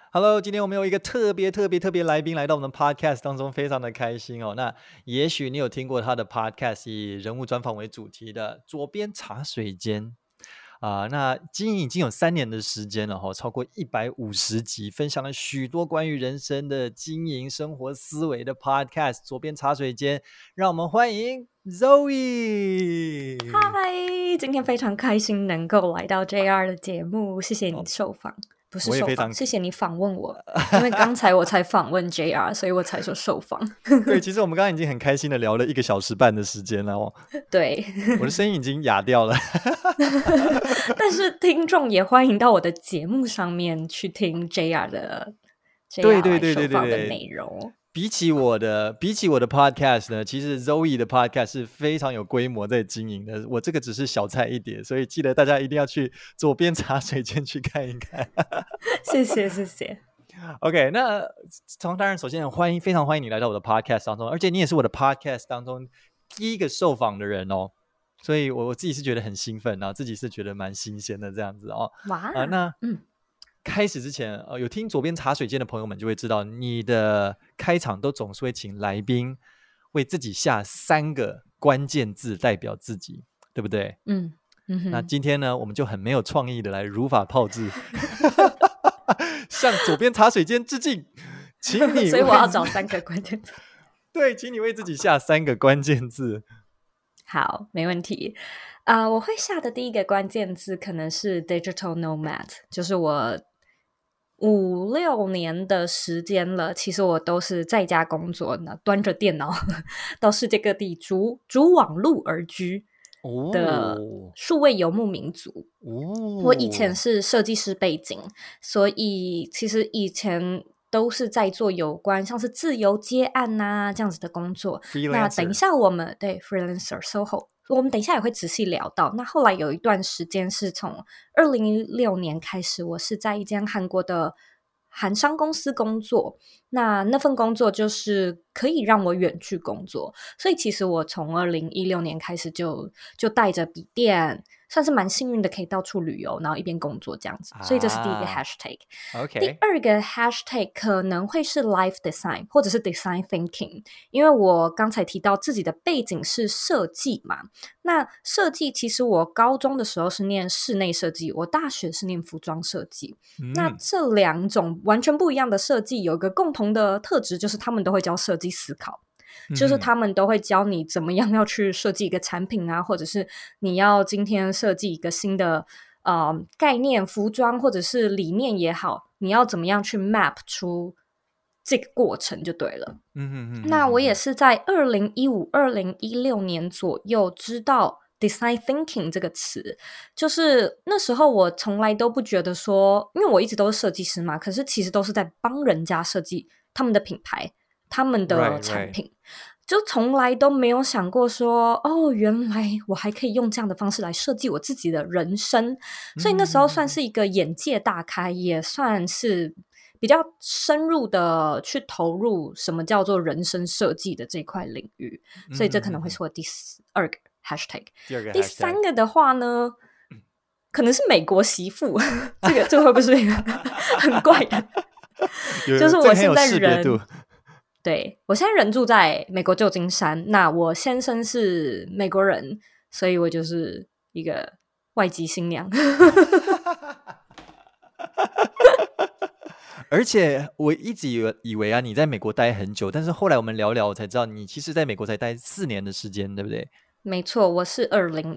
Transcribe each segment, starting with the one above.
Hello，今天我们有一个特别来宾来到我们的 Podcast 当中，非常的开心哦。那也许你有听过他的 Podcast 以人物专访为主题的左边茶水间那经营已经有3年的时间了超过150集，分享了许多关于人生的经营、生活思维的 Podcast 左边茶水间，让我们欢迎 Zoe。 嗨，今天非常开心能够来到 JR 的节目，谢谢你受访。不是受访，谢谢你访问我，因为刚才我才访问 JR， 所以我才说受访。 对，其实我们刚刚已经很开心的聊了1个小时半的时间了哦。 对， 我的声音已经哑掉了。 但是听众也欢迎到我的节目上面去听 JR 的受访的内容。 比起我的 podcast 呢，其实 Zoe 的 podcast 是非常有规模在经营的，我这个只是小菜一碟，所以记得大家一定要去左边茶水间去看一看。 谢谢。 OK， 那当然首先非常欢迎你来到我的 podcast 当中，而且你也是我的 podcast 当中第一个受访的人哦，所以我自己是觉得很兴奋，然后自己是觉得蛮新鲜的这样子哦。 哇， 开始之前有听左边茶水间的朋友们就会知道，你的开场都总是会请来宾为自己下3个关键字代表自己，对不对？那今天呢，我们就很没有创意的来如法炮制向左边茶水间致敬，请你所以我要找3个关键字。 对，请你为自己下3个关键字。 好，没问题。我会下的第一个关键字可能是 digital nomad， 就是我5-6年的时间了，其实我都是在家工作，端着电脑到世界各地逐网路而居的数位游牧民族。我以前是设计师背景，所以其实以前都是在做有关像是自由接案这样子的工作。那等一下我们对 freelancer SOHO， 我们等一下也会仔细聊到。那后来有一段时间是从2016年开始，我是在一间韩国的韩商公司工作，那份工作就是可以让我远距工作，所以其实我从2016年开始就带着笔电，算是蛮幸运的，可以到处旅游，然后一边工作这样子，所以这是第一个 hashtag。第二个 hashtag 可能会是 life design 或者是 design thinking， 因为我刚才提到自己的背景是设计嘛，那设计其实我高中的时候是念室内设计，我大学是念服装设计。那这2种完全不一样的设计有一个共同的特质，就是他们都会教设计思考，就是他们都会教你怎么样要去设计一个产品或者是你要今天设计一个新的概念服装或者是理念也好，你要怎么样去 map 出这个过程就对了。那我也是在2016年左右知道 design thinking 这个词，就是那时候我从来都不觉得说，因为我一直都是设计师嘛，可是其实都是在帮人家设计他们的品牌他们的产品，就从来都没有想过说原来我还可以用这样的方式来设计我自己的人生。所以那时候算是一个眼界大开，也算是比较深入的去投入什么叫做人生设计的这块领域，所以这可能会是我第2个 hashtag。 第3个的话呢，可能是美国媳妇这会不会是很怪的就是我现在对，我现在人住在美国旧金山，那我先生是美国人，所以我就是一个外籍新娘而且我一直以为你在美国待很久，但是后来我们聊聊我才知道你其实在美国才待4年的时间，对不对？ 没错，我是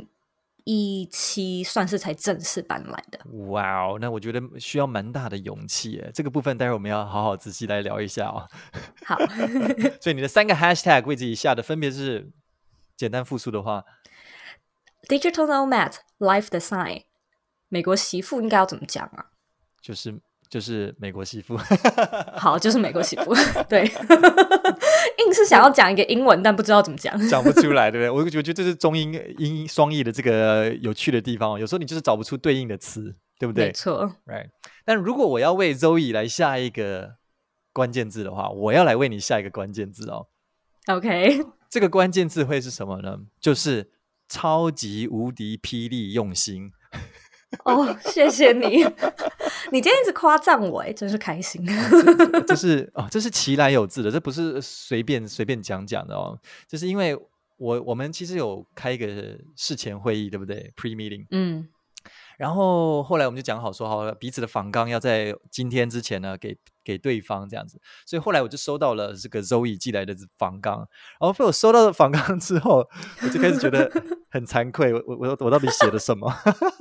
2017算是才正式搬来的。 哇哦，那我觉得需要蛮大的勇气耶，这个部分待会我们要好好仔细来聊一下哦。 好所以你的3个 hashtag 为自己下的分别是，简单复述的话 digital nomad life design， 美国媳妇应该要怎么讲啊？ 就是美国媳妇好，就是美国媳妇对硬是想要讲一个英文但不知道怎么讲讲不出来，对不对？我觉得这是中英双译的这个有趣的地方，有时候你就是找不出对应的词，对不对？ 没错 right。 但如果我要为 Zoe 来下一个关键字的话，我要来为你下一个关键字哦。 OK， 这个关键字会是什么呢？就是超级无敌霹雳用心哦，谢谢你，你今天一直夸赞我，真是开心。 这是其来有自的，这不是随便讲的哦。就是因为我们其实有开一个事前会议，对不对 ？Pre meeting。然后后来我们就讲好说好了，彼此的访纲要在今天之前呢给对方这样子。所以后来我就收到了这个 Zoe 寄来的访纲，然后被我收到了访纲之后，我就开始觉得很惭愧，我到底写了什么？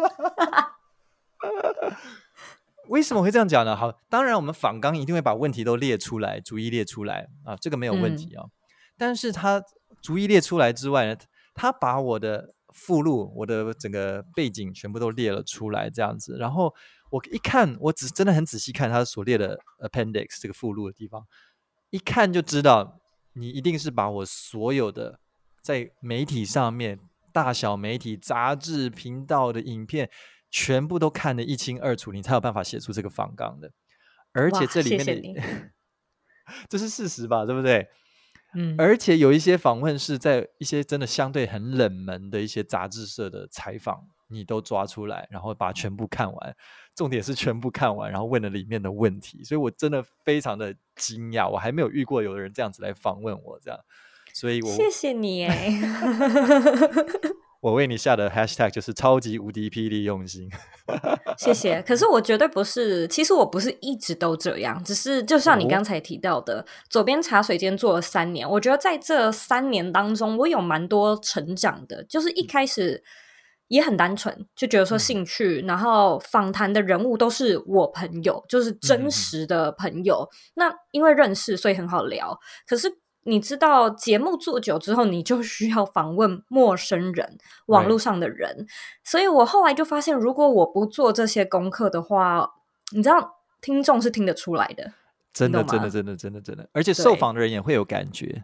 为什么会这样讲呢？好，当然我们访纲一定会把问题都列出来，逐一列出来啊，这个没有问题啊。但是他逐一列出来之外呢，他把我的附录、我的整个背景全部都列了出来，这样子。然后我一看，我真的很仔细看他所列的 appendix 这个附录的地方，一看就知道你一定是把我所有的在媒体上面大小媒体、杂志、频道的影片全部都看得一清二楚，你才有办法写出这个访纲的。而且这里面的谢谢你这是事实吧，对不对？而且有一些访问是在一些真的相对很冷门的一些杂志社的采访，你都抓出来，然后把它全部看完。重点是全部看完，然后问了里面的问题，所以我真的非常的惊讶，我还没有遇过有人这样子来访问我，这样，所以谢谢你耶。 我为你下的 hashtag 就是超级无敌霹雳用心。 谢谢。可是我绝对不是，其实我不是一直都这样，只是就像你刚才提到的，左边茶水间做了3年，我觉得在这3年当中，我有蛮多成长的。就是一开始也很单纯，就觉得说兴趣，然后访谈的人物都是我朋友，就是真实的朋友。那因为认识，所以很好聊。可是你知道节目做久之后，你就需要访问陌生人，网络上的人。所以我后来就发现，如果我不做这些功课的话，你知道听众是听得出来的， 真的，而且受访的人也会有感觉，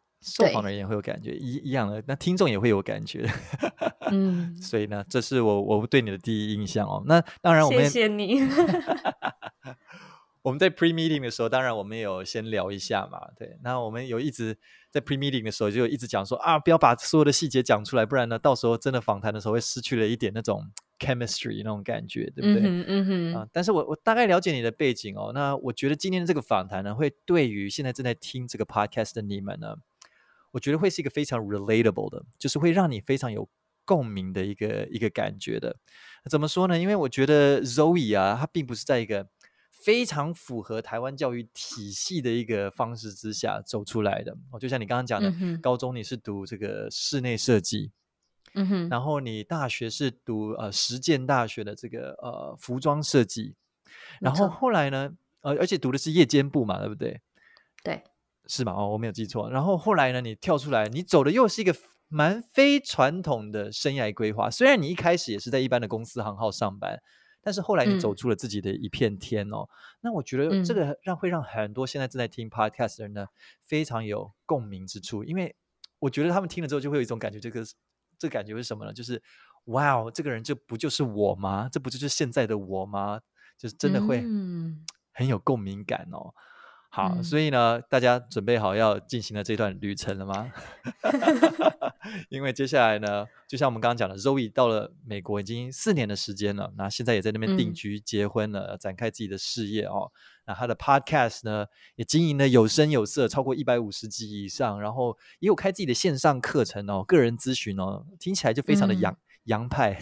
一样的，那听众也会有感觉。所以呢，这是我对你的第一印象哦。那当然谢谢你。 我们在 pre meeting 的时候，当然我们也有先聊一下嘛，对。那我们有一直在 pre meeting 的时候，就一直讲说啊，不要把所有的细节讲出来，不然呢，到时候真的访谈的时候会失去了一点那种 chemistry 那种感觉，对不对？但是我大概了解你的背景哦。那我觉得今天的这个访谈呢，会对于现在正在听这个 podcast 的你们呢，我觉得会是一个非常 relatable 的，就是会让你非常有共鸣的一个感觉的。怎么说呢？因为我觉得 Zoe 啊，她并不是在一个非常符合台湾教育体系的一个方式之下走出来的。就像你刚刚讲的，高中你是读这个室内设计，然后你大学是读实践大学的这个服装设计，然后后来呢，而且读的是夜间部嘛，对不对？ 对， 是吗？我没有记错。然后后来呢，你跳出来，你走的又是一个蛮非传统的生涯规划。虽然你一开始也是在一般的公司行号上班，但是后来你走出了自己的一片天哦。那我觉得这个会让很多现在正在听 podcast 的人呢，非常有共鸣之处，因为我觉得他们听了之后就会有一种感觉，这个感觉是什么呢？就是哇哦，这个人这不就是我吗？这不就是现在的我吗？就是真的会很有共鸣感哦。好，所以呢，大家准备好要进行了这段旅程了吗？因为接下来呢，就像我们刚刚讲的 Zoe 到了美国已经4年的时间了，那现在也在那边定居结婚了，展开自己的事业哦。那他的 podcast 呢也经营的有声有色，超过150集以上，然后也有开自己的线上课程哦，个人咨询哦，听起来就非常的洋派。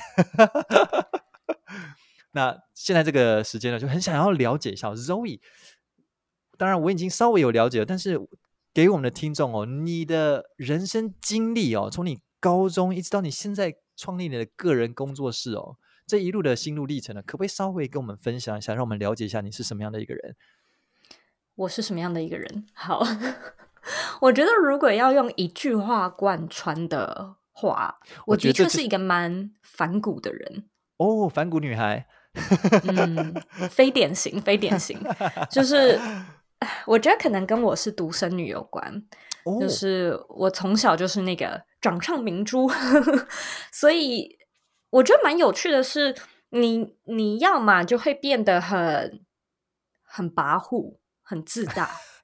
那现在这个时间呢，就很想要了解一下 Zoe。当然我已经稍微有了解了，但是给我们的听众哦，你的人生经历哦，从你高中一直到你现在创立你的个人工作室哦，这一路的心路历程呢，可不可以稍微跟我们分享一下，让我们了解一下你是什么样的一个人？ 我是什么样的一个人？好，我觉得如果要用一句话贯穿的话，我的确是一个蛮反骨的人哦，反骨女孩。 非典型，就是我觉得可能跟我是独生女有关，就是我从小就是那个掌上明珠，所以我觉得蛮有趣的是，你要嘛就会变得很跋扈、很自大，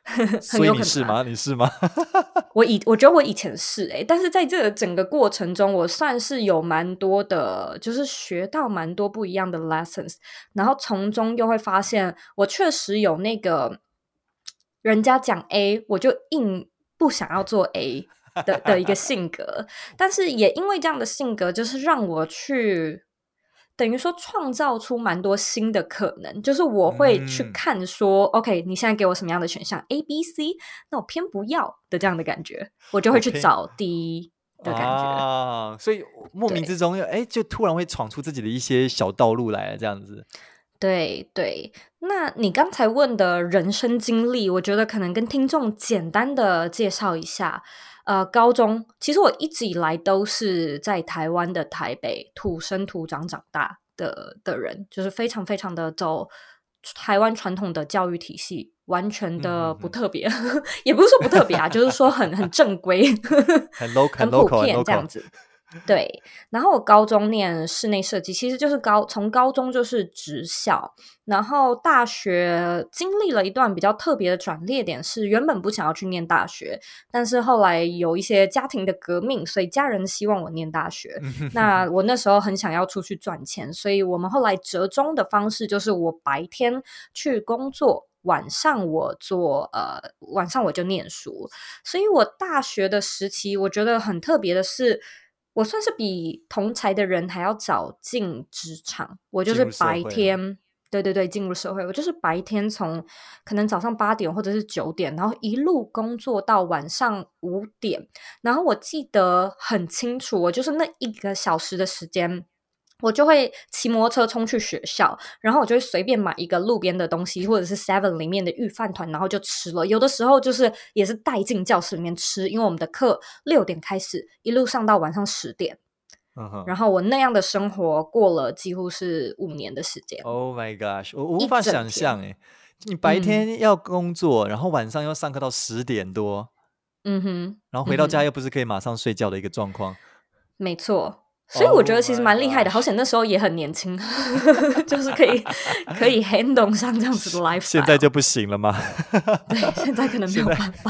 很所以有可能啊。 你是吗？你是吗？ 我觉得我以前是但是在这个整个过程中，我算是有蛮多的，就是学到蛮多不一样的 lessons，然后从中又会发现，我确实有那个人家讲 A，我就硬不想要做 A 的一个性格，但是也因为这样的性格，就是让我去等于说创造出蛮多新的可能，就是我会去看说，OK，你现在给我什么样的选项 A、B、C，那我偏不要的这样的感觉，我就会去找 D 的感觉。 所以莫名之对中，就突然会闯出自己的一些小道路来了，这样子。 对对，那你刚才问的人生经历，我觉得可能跟听众简单的介绍一下。高中其实我一直以来都是在台湾的台北土生土长长大的人，就是非常非常的走台湾传统的教育体系，完全的不特别，也不是说不特别啊，就是说很正规， 很 local， 很普遍这样子。对，然后我高中念室内设计，其实就是从高中就是职校，然后大学经历了一段比较特别的转捩点，是原本不想要去念大学，但是后来有一些家庭的革命，所以家人希望我念大学。那我那时候很想要出去赚钱，所以我们后来折中的方式就是我白天去工作。晚上我就念书，所以我大学的时期，我觉得很特别的是，我算是比同才的人还要早进职场。我就是白天，对对对，进入社会。我就是白天从可能早上8点或者是9点，然后一路工作到晚上5点。然后我记得很清楚，我就是那1个小时的时间。我就会骑摩托车冲去学校，然后我就会随便买一个路边的东西，或者是 Seven 里面的御饭团，然后就吃了。有的时候就是也是带进教室里面吃，因为我们的课6点开始，一路上到晚上10点。然后我那样的生活过了几乎是5年的时间。 Oh my gosh，我无法想象你白嗯天要工作，然后晚上要上课到10点多，然后回到家又不是可以马上睡觉的一个状况。 没错。所以我觉得其实蛮厉害的， Oh my gosh 好险那时候也很年轻，就是可以 handle 上这样子的 lifestyle。 现在就不行了吗？ 对，现在可能没有办法。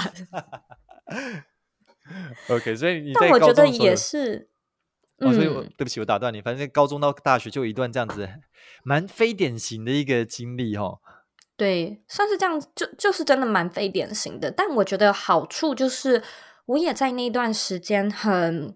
OK， 所以你但在高中我觉得也是， 所以对不起，我打断你。反正高中到大学就有一段这样子蛮非典型的一个经历对，算是这样，就是真的蛮非典型的。但我觉得好处就是，我也在那段时间很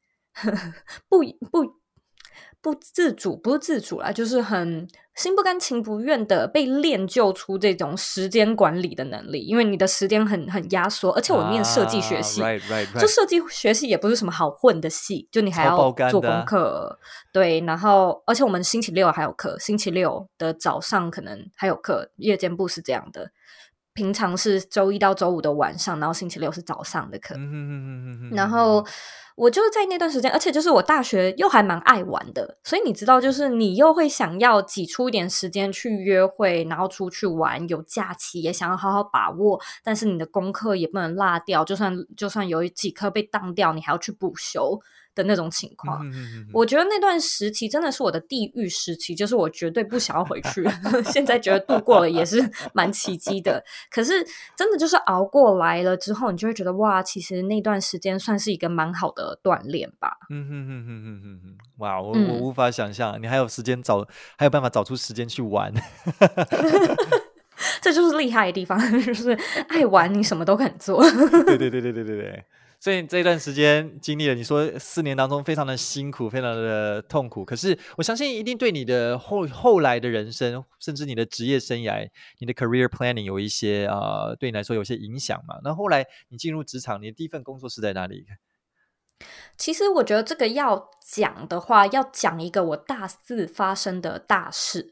不自主，不是自主啦，就是很心不甘情不愿的被练就出这种时间管理的能力。因为你的时间很压缩，而且我念设计学系，就设计学系也不是什么好混的系，就你还要做功课，对，然后而且我们星期六还有课，星期六的早上可能还有课，夜间部是这样的。平常是周一到周五的晚上，然后星期六是早上的课。然后我就在那段时间，而且就是我大学又还蛮爱玩的，所以你知道，就是你又会想要挤出一点时间去约会，然后出去玩，有假期也想要好好把握，但是你的功课也不能落掉，就算有几科被当掉，你还要去补修的那种情况。我觉得那段时期真的是我的地狱时期，就是我绝对不想要回去。现在觉得度过了也是蛮奇迹的，可是真的就是熬过来了之后，你就会觉得哇，其实那段时间算是一个蛮好的锻炼吧。 哇，我无法想象你还有时间还有办法找出时间去玩。 这就是厉害的地方，就是爱玩你什么都肯做。 对。所以这段时间经历了，你说4年当中非常的辛苦，非常的痛苦，可是我相信一定对你的后来的人生，甚至你的职业生涯，你的 career planning 有一些对你来说有些影响嘛。那后来你进入职场，你的第一份工作是在哪里？ 其实我觉得这个要讲的话，要讲一个我大4发生的大事。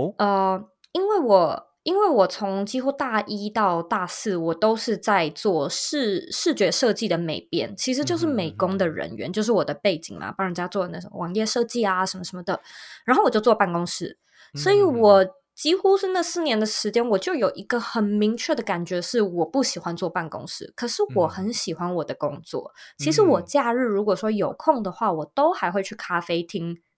因为我从几乎大1到大4，我都是在做视觉设计的美编，其实就是美工的人员，就是我的背景嘛，帮人家做那种网页设计啊什么什么的。然后我就坐办公室，所以我几乎是那4年的时间，我就有一个很明确的感觉是我不喜欢坐办公室，可是我很喜欢我的工作。其实我假日如果说有空的话，我都还会去咖啡厅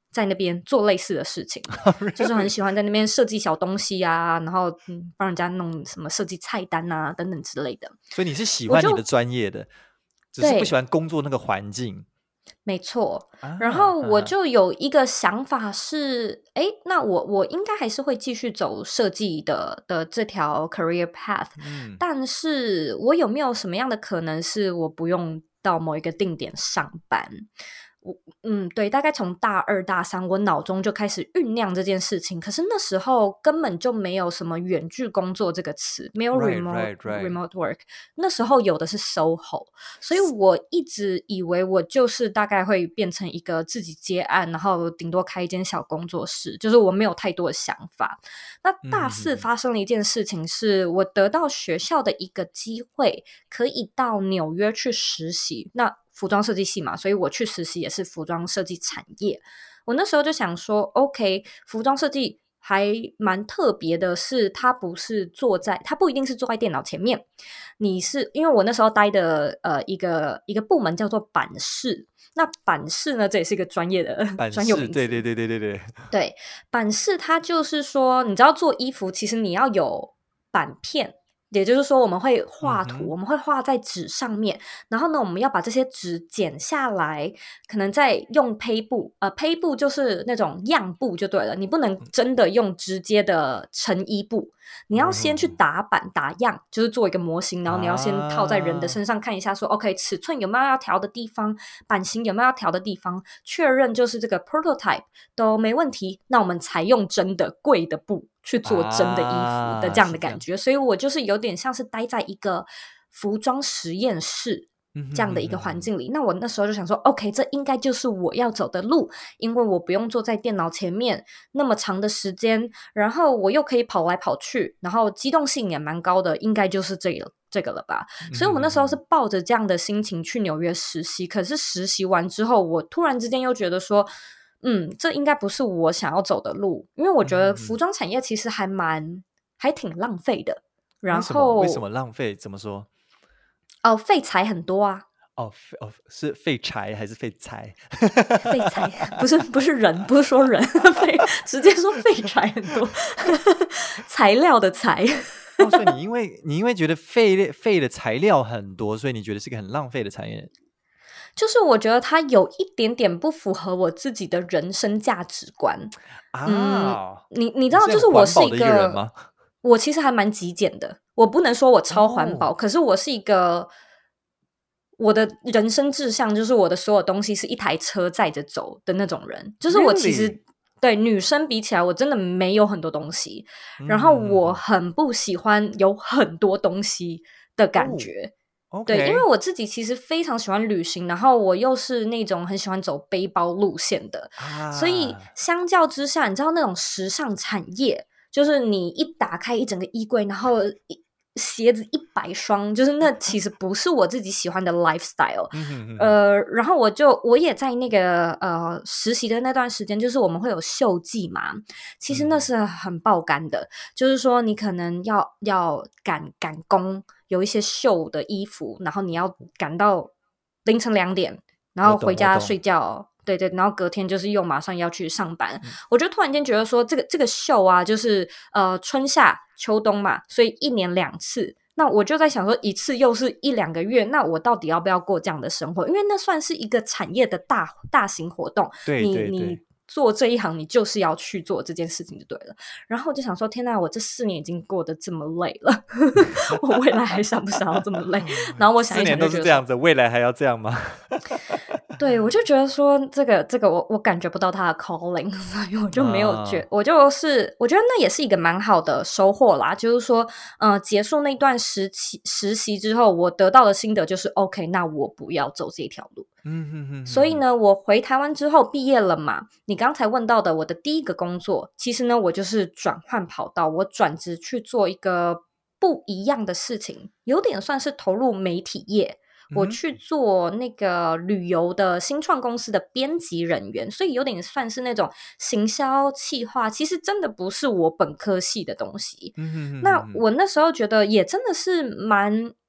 在那边做类似的事情，就是很喜欢在那边设计小东西啊，然后帮人家弄什么设计菜单啊等等之类的。 所以你是喜欢你的专业的，只是不喜欢工作那个环境。 没错，然后我就有一个想法是，那我应该还是会继续走设计的这条 career path，但是我有没有什么样的可能是我不用到某一个定点上班？对，大概从大2大3我脑中就开始酝酿这件事情，可是那时候根本就没有什么远距工作这个词，没有 remote work， 那时候有的是 SOHO， 所以我一直以为我就是大概会变成一个自己接案，然后顶多开一间小工作室，就是我没有太多的想法。那大4发生了一件事情，是我得到学校的一个机会，可以到纽约去实习。那服装设计系嘛，所以我去实习也是服装设计产业。我那时候就想说 OK， 服装设计还蛮特别的是，它不一定是坐在电脑前面，你是因为我那时候待的一个部门叫做版式。那版式呢，这也是一个专业的专有名词。对，版式它就是说，你知道做衣服其实你要有版片，也就是说我们会画图，我们会画在纸上面，然后呢我们要把这些纸剪下来，可能再用胚布，胚布就是那种样布就对了，你不能真的用直接的成衣布，你要先去打版打样，就是做一个模型，然后你要先套在人的身上看一下说 OK 尺寸有没有要调的地方，版型有没有要调的地方，确认就是这个 prototype 都没问题，那我们才用真的贵的布去做真的衣服的这样的感觉。所以我就是有点像是待在一个服装实验室这样的一个环境里。那我那时候就想说 OK， 这应该就是我要走的路，因为我不用坐在电脑前面那么长的时间，然后我又可以跑来跑去，然后机动性也蛮高的，应该就是这个了吧。所以我那时候是抱着这样的心情去纽约实习。可是实习完之后，我突然之间又觉得说这应该不是我想要走的路，因为我觉得服装产业其实还挺浪费的。然后为什么浪费？怎么说？ 废材很多啊。 是废柴还是废材？ 废材不是人，不是说人直接说废柴很多材料的材。 所以你因为觉得废的材料很多，所以你觉得是个很浪费的产业。 就是我觉得它有一点点不符合我自己的人生价值观你知道，就是我是一个人吗？ 我其实还蛮极简的，我不能说我超环保，可是我是一个，我的人生志向就是我的所有东西是一台车载着走的那种人。就是我其实对女生比起来，我真的没有很多东西，然后我很不喜欢有很多东西的感觉。对，因为我自己其实非常喜欢旅行，然后我又是那种很喜欢走背包路线的，所以相较之下，你知道那种时尚产业，就是你一打开一整个衣柜，然后鞋子100双，就是那其实不是我自己喜欢的 lifestyle。然后我也在那个实习的那段时间，就是我们会有秀季嘛，其实那是很爆肝的，就是说你可能要赶工，有一些秀的衣服，然后你要赶到凌晨2点，然后回家睡觉。对，然后隔天就是又马上要去上班。我就突然间觉得说，这个秀啊，就是春夏秋冬嘛，所以1年2次。那我就在想说，一次又是1-2个月，那我到底要不要过这样的生活？因为那算是一个产业的大型活动。 对， 你做这一行，你就是要去做这件事情就对了。然后我就想说，天哪，我这4年已经过得这么累了，我未来还想不想要这么累？然后我想一想， 4年都是这样子，未来还要这样吗？ 对，我就觉得说这个我感觉不到他的 calling， 所以我就没有我觉得那也是一个蛮好的收获啦。就是说结束那段实习之后，我得到的心得就是 OK， 那我不要走这条路。所以呢，我回台湾之后毕业了嘛，你刚才问到的我的第一个工作，其实呢我就是转换跑道，我转职去做一个不一样的事情，有点算是投入媒体业。我去做那个旅游的新创公司的编辑人员，所以有点算是那种行销企划，其实真的不是我本科系的东西。那我那时候觉得也真的是蛮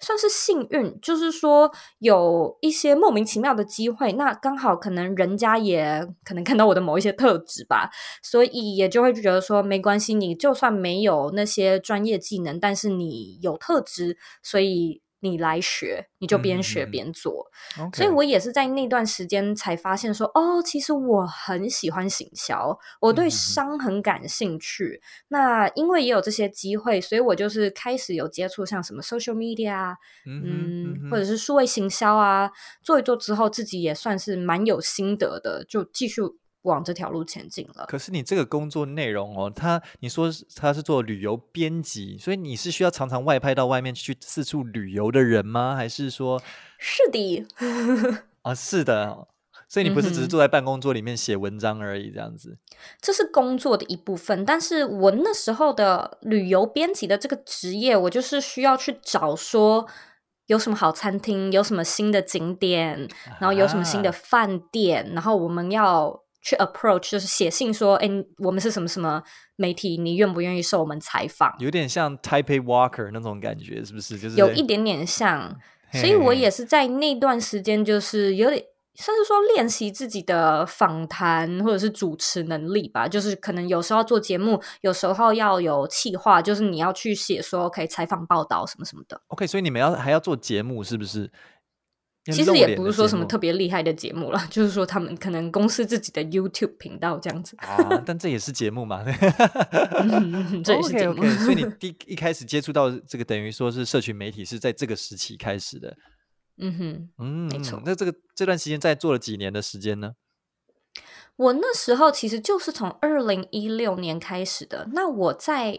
算是幸运，就是说有一些莫名其妙的机会，那刚好可能人家也可能看到我的某一些特质吧，所以也就会觉得说没关系，你就算没有那些专业技能，但是你有特质，所以你来学，你就边学边做。所以我也是在那段时间才发现说，其实我很喜欢行销，我对商很感兴趣。那因为也有这些机会，所以我就是开始有接触像什么 social media 啊，或者是数位行销啊，做一做之后，自己也算是蛮有心得的，就继续往这条路前进了。 可是你这个工作内容你说他是做旅游编辑，所以你是需要常常外派到外面去四处旅游的人吗？还是说是的是的，所以你不是只是坐在办公桌里面写文章而已这样子？ 这是工作的一部分，但是我那时候的旅游编辑的这个职业，我就是需要去找说有什么好餐厅，有什么新的景点，然后有什么新的饭店，然后我们要去 approach， 就是写信说，我们是什么什么媒体，你愿不愿意受我们采访？ 有点像 Taipei Walker 那种感觉，是不是？就是有一点点像，所以我也是在那段时间，就是有点算是说练习自己的访谈或者是主持能力吧。就是可能有时候要做节目，有时候要有企划，就是你要去写说可以采访报道什么什么的。 OK， 所以你们还要做节目，是不是？ 其实也不是说什么特别厉害的节目啦，就是说他们可能公司自己的 YouTube 频道这样子但这也是节目嘛这也是节目 OK， 所以你一开始接触到这个等于说是社群媒体是在这个时期开始的。 没错。 那这段时间在做了几年的时间呢？ 我那时候其实就是从2016年开始的。那我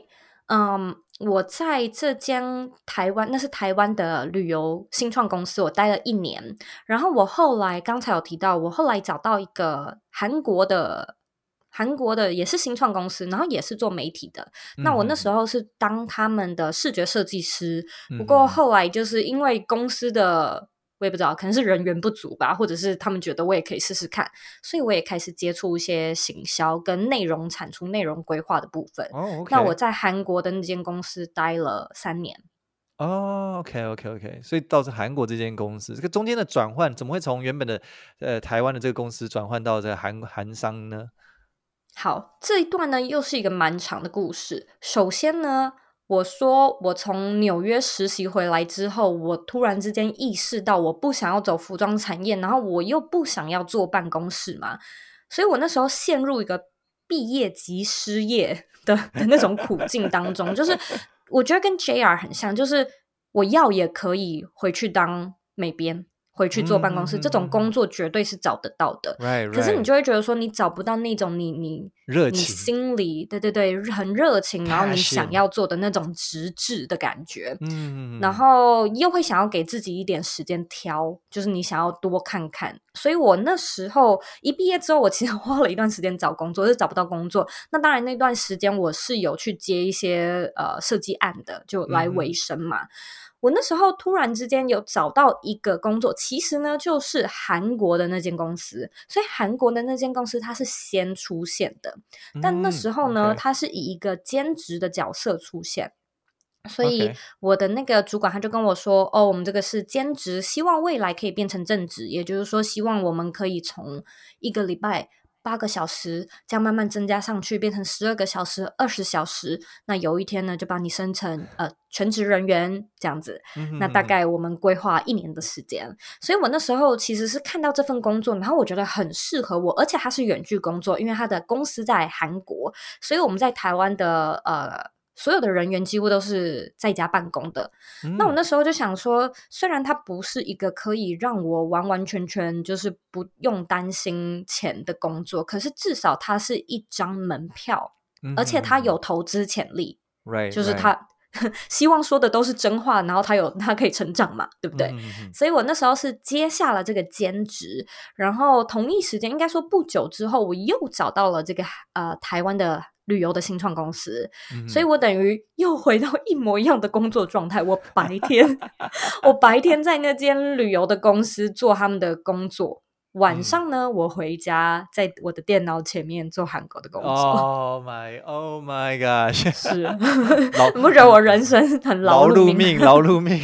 在这间那是台湾的旅游新创公司，我待了1年。然后我后来刚才有提到，我后来找到一个韩国的也是新创公司，然后也是做媒体的。那我那时候是当他们的视觉设计师，不过后来就是因为公司的我也不知道，可能是人员不足吧，或者是他们觉得我也可以试试看，所以我也开始接触一些行销跟内容产出、内容规划的部分。 OK。 那我在韩国的那间公司待了3年。 OK， 所以到是韩国这间公司，这个中间的转换怎么会从原本的台湾的这个公司转换到这个韩商呢？ 好，这一段呢又是一个蛮长的故事。首先呢，我说我从纽约实习回来之后，我突然之间意识到我不想要走服装产业，然后我又不想要坐办公室嘛，所以我那时候陷入一个毕业即失业的那种苦境当中。就是我觉得跟 JR 很像，就是我要也可以回去当美编，回去坐办公室，这种工作绝对是找得到的。可是你就会觉得说你找不到那种你热情， 你心里对很热情，然后你想要做的那种直至的感觉。然后又会想要给自己一点时间挑，就是你想要多看看。所以我那时候一毕业之后，我其实花了一段时间找工作，是找不到工作。那当然那段时间我是有去接一些设计案的，就来维生嘛。我那时候突然之间有找到一个工作，其实呢就是韩国的那间公司，所以韩国的那间公司它是先出现的，但那时候呢它是以一个兼职的角色出现。所以我的那个主管他就跟我说，我们这个是兼职，希望未来可以变成正职，也就是说希望我们可以从一个礼拜8个小时这样慢慢增加上去，变成12个小时、20小时，那有一天呢就把你升成全职人员这样子。那大概我们规划1年的时间。所以我那时候其实是看到这份工作，然后我觉得很适合我，而且它是远距工作，因为它的公司在韩国，所以我们在台湾的所有的人员几乎都是在家办公的。那我那时候就想说，虽然它不是一个可以让我完完全全就是不用担心钱的工作，可是至少它是一张门票，而且它有投资潜力。就是它希望说的都是真话，然后它可以成长嘛，对不对？所以我那时候是接下了这个兼职，然后同一时间应该说不久之后，我又找到了这个台湾的旅游的新创公司。所以我等于又回到一模一样的工作状态。我白天在那间旅游的公司做他们的工作， 晚上呢，我回家在我的电脑前面做韩国的工作。 Oh my gosh！ 是，你不觉得我人生很劳碌命？ 劳碌命。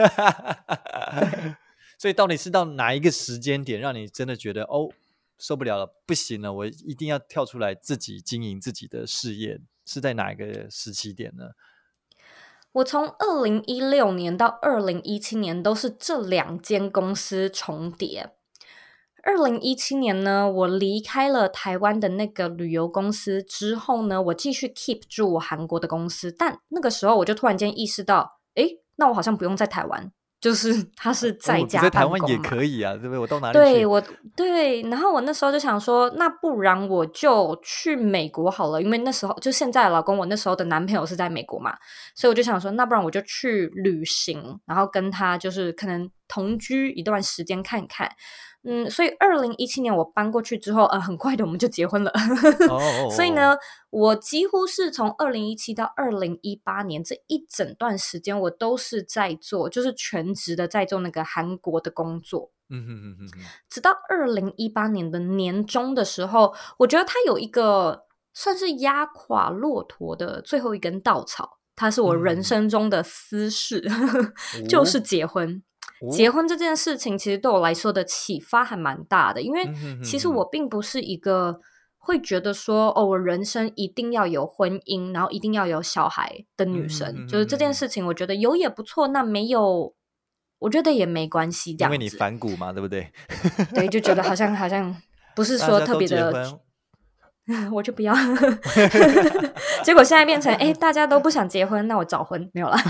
所以到底是到哪一个时间点，让你真的觉得受不了了，不行了，我一定要跳出来自己经营自己的事业？是在哪一个时期点呢？ 我从2016年到2017年都是这2间公司重叠。2017年呢，我离开了台湾的那个旅游公司之后呢，我继续 keep 住我韩国的公司，但那个时候我就突然间意识到，那我好像不用在台湾，就是他是在家办公嘛， 在台湾也可以啊，对不对？我到哪里去？ 对，然后我那时候就想说，那不然我就去美国好了，因为那时候就现在的老公，我那时候的男朋友是在美国嘛，所以我就想说，那不然我就去旅行，然后跟他就是可能同居一段时间看看。所以2017年我搬过去之后，很快的我们就结婚了。所以呢，我几乎是从2017到2018年这一整段时间，我都是在做，就是全职的在做那个韩国的工作。直到2018年的年中的时候，我觉得它有一个算是压垮骆驼的最后一根稻草，它是我人生中的私事，就是结婚。结婚这件事情其实对我来说的启发还蛮大的，因为其实我并不是一个会觉得说我人生一定要有婚姻，然后一定要有小孩的女生。就是这件事情我觉得有也不错，那没有我觉得也没关系，这样子。 因为你反骨嘛，对不对？ 对，就觉得好像不是说特别的我就不要结果现在变成大家都不想结婚，那我早婚没有啦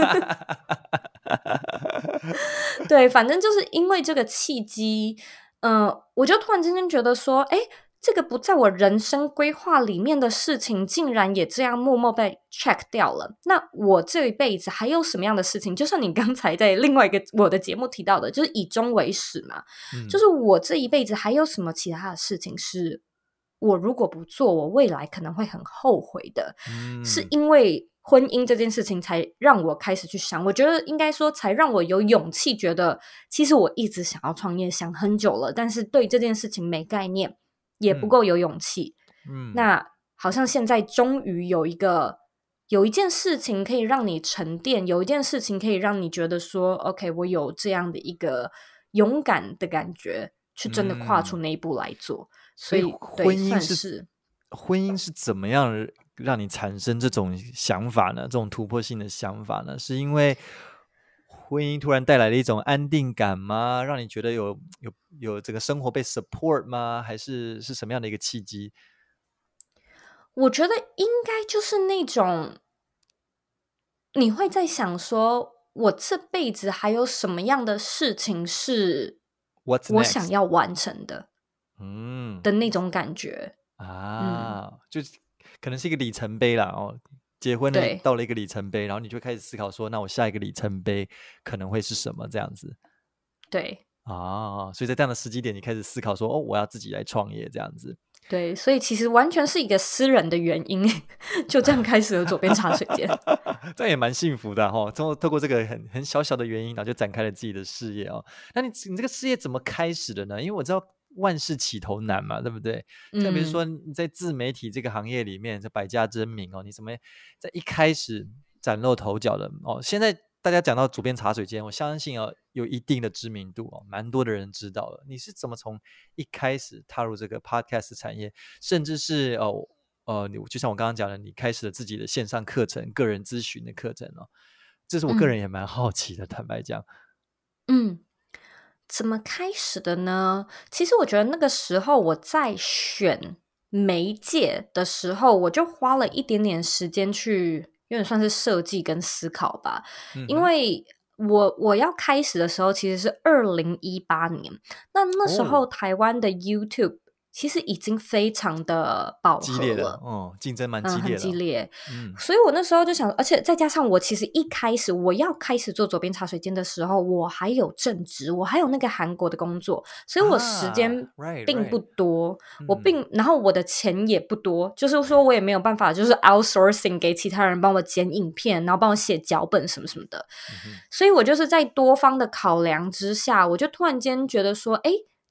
对，反正就是因为这个契机我就突然之间觉得说这个不在我人生规划里面的事情竟然也这样默默被 check 掉了，那我这一辈子还有什么样的事情，就像你刚才在另外一个我的节目提到的，就是以终为始嘛，就是我这一辈子还有什么其他的事情是我如果不做我未来可能会很后悔的，是因为婚姻这件事情才让我开始去想，我觉得应该说才让我有勇气觉得其实我一直想要创业想很久了，但是对这件事情没概念，也不够有勇气那好像现在终于有一件事情可以让你沉淀，有一件事情可以让你觉得说 OK 我有这样的一个勇敢的感觉去真的跨出那一步来做所以婚姻是怎么样让你产生这种想法呢？这种突破性的想法呢？是因为婚姻突然带来了一种安定感吗？让你觉得有这个生活被 support 吗？还是什么样的一个契机？ 我觉得应该就是那种你会在想说我这辈子还有什么样的事情是我想要完成的的那种感觉就是可能是一个里程碑啦结婚了到了一个里程碑，然后你就开始思考说那我下一个里程碑可能会是什么这样子。 对所以在这样的时机点你开始思考说我要自己来创业这样子。 对，所以其实完全是一个私人的原因就这样开始了左边茶水间这样也蛮幸福的透过这个很小小的原因然后就展开了自己的事业那你这个事业怎么开始的呢？因为我知道万事起头难嘛，对不对？特别是说你在自媒体这个行业里面这百家争鸣你怎么在一开始崭露头角的现在大家讲到左边茶水间，我相信有一定的知名度蛮多的人知道了。你是怎么从一开始踏入这个 podcast 产业，甚至是就像我刚刚讲的，你开始了自己的线上课程、个人咨询的课程这是我个人也蛮好奇的，坦白讲。 怎么开始的呢？其实我觉得那个时候我在选媒介的时候，我就花了一点点时间去有点算是设计跟思考吧，因为我要开始的时候其实是2018年，那时候台湾的 YouTube 其实已经非常的饱和了， 竞争蛮激烈的， 很激烈所以我那时候就想，而且再加上我其实一开始我要开始做左边茶水间的时候，我还有正职，我还有那个韩国的工作，所以我时间并不多然后我的钱也不多，就是说我也没有办法就是 outsourcing 给其他人帮我剪影片，然后帮我写脚本什么什么的所以我就是在多方的考量之下，我就突然间觉得说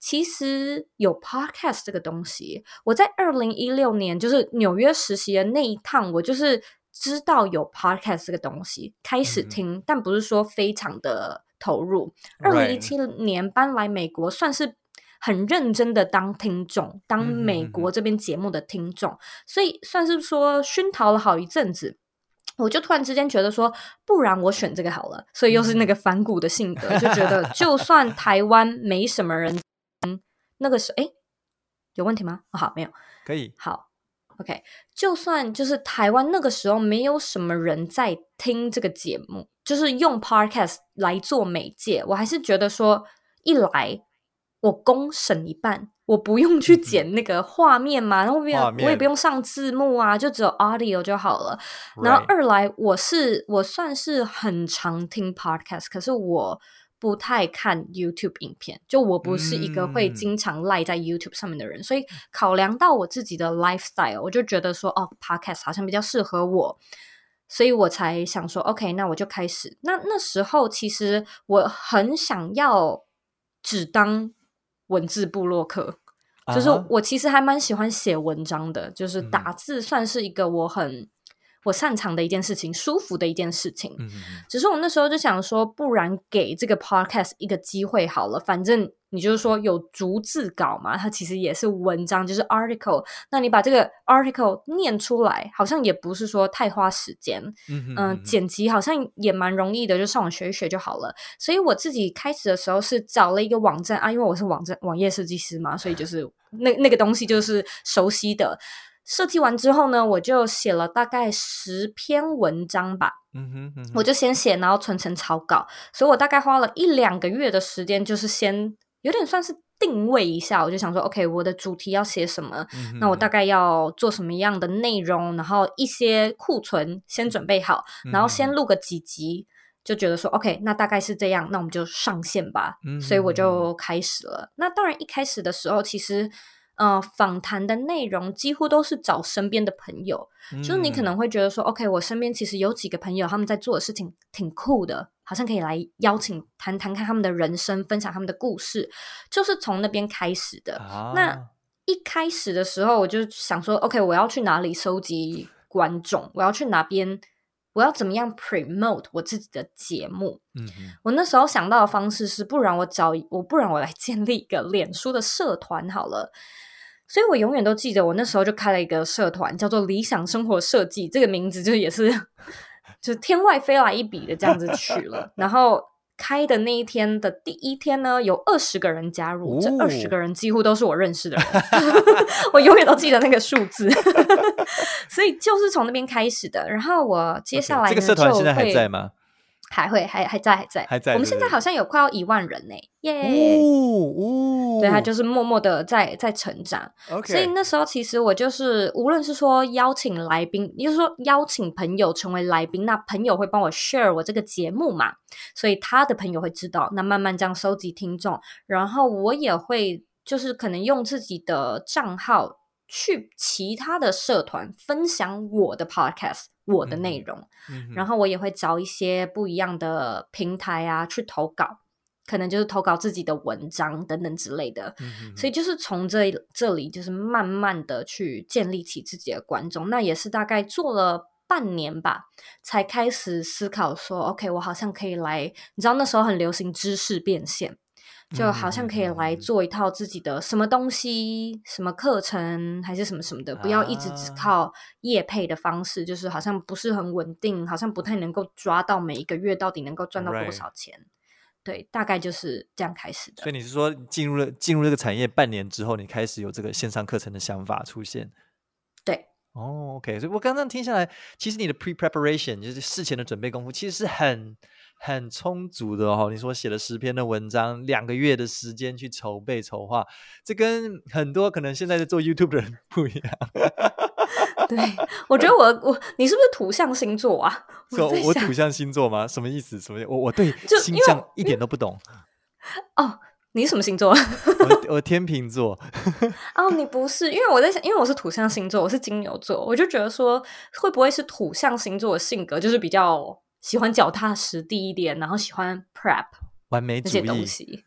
其实有 podcast 这个东西。我在2016年就是纽约实习的那一趟，我就是知道有 podcast 这个东西，开始听，但不是说非常的投入。2017年搬来美国，算是很认真的当听众，当美国这边节目的听众，所以算是说熏陶了好一阵子。我就突然之间觉得说，不然我选这个好了，所以又是那个反骨的性格，就觉得就算台湾没什么人，那个时候有问题吗？好，没有， 可以， 好 ，OK， 就算就是台湾那个时候没有什么人在听这个节目，就是用 podcast 来做媒介，我还是觉得说，一来我工省一半。我不用去剪那个画面嘛，然后我也不用上字幕啊，就只有 audio 就好了。然后二来，我算是很常听 podcast， 可是我不太看 YouTube 影片，就我不是一个会经常赖在 YouTube 上面的人，所以考量到我自己的 lifestyle， 我就觉得说podcast 好像比较适合我，所以我才想说 OK， 那我就开始。那时候其实我很想要只当文字部落客，就是我其实还蛮喜欢写文章的，就是打字算是一个我擅长的一件事情，舒服的一件事情。只是我那时候就想说，不然给这个 podcast 一个机会好了，反正你就是说有逐字稿嘛，它其实也是文章，就是 article， 那你把这个 article 念出来，好像也不是说太花时间，剪辑好像也蛮容易的，就上网学一学就好了。所以我自己开始的时候是找了一个网站啊，因为我是网页设计师嘛，所以就是那个东西就是熟悉的。设计完之后呢，我就写了大概10篇文章吧，我就先写，然后存成草稿，所以我大概花了1-2个月的时间，就是先有点算是定位一下，我就想说 OK， 我的主题要写什么，那我大概要做什么样的内容，然后一些库存先准备好，然后先录个几集，就觉得说 OK， 那大概是这样，那我们就上线吧，所以我就开始了。那当然一开始的时候其实访谈的内容几乎都是找身边的朋友，就是你可能会觉得说 OK， 我身边其实有几个朋友他们在做的事情挺酷的，好像可以来邀请谈看他们的人生，分享他们的故事，就是从那边开始的。那一开始的时候我就想说 OK， 我要去哪里收集观众，我要去哪边，我要怎么样 promote 我自己的节目。我那时候想到的方式是，不然我来建立一个脸书的社团好了。所以我永远都记得，我那时候就开了一个社团，叫做理想生活设计，这个名字就也是就天外飞来一笔的这样子取了。然后开的那一天的第一天呢，有20个人加入，这20个人几乎都是我认识的人我永远都记得那个数字所以就是从那边开始的。然后我接下来呢， 这个社团现在还在吗？ 还在。我们现在好像有快要1万人呢，耶！对，他就是默默的在成长。所以那时候其实我就是无论是说邀请来宾，也就是说邀请朋友成为来宾，那朋友会帮我 share 我这个节目嘛，所以他的朋友会知道，那慢慢这样收集听众，然后我也会就是可能用自己的账号去其他的社团分享我的 podcast， 我的内容，然后我也会找一些不一样的平台啊去投稿，可能就是投稿自己的文章等等之类的，所以就是从这里就是慢慢的去建立起自己的观众。那也是大概做了半年吧，才开始思考说 OK， 我好像可以来，你知道那时候很流行知识变现，就好像可以来做一套自己的什么东西，什么课程还是什么什么的，不要一直只靠业配的方式，就是好像不是很稳定，好像不太能够抓到每一个月到底能够赚到多少钱。对，大概就是这样开始的。 所以你是说进入这个产业半年之后，你开始有这个线上课程的想法出现？ 对。 OK， 所以我刚刚听下来，其实你的 pre-preparation 就是事前的准备功夫，其实是很充足的哦。你说写了10篇的文章，2个月的时间去筹备筹划，这跟很多可能现在在做 YouTube 的人不一样。 对，我觉得你是不是土象星座啊？ 我土象星座吗？什么意思？我对星象一点都不懂。 哦，你是什么星座？ 我天秤座。 哦，你不是，因为我在想，因为我是土象星座，我是金牛座，我就觉得说，会不会是土象星座的性格，就是比较喜欢脚踏实地一点，然后喜欢 prep 完美主义那些东西。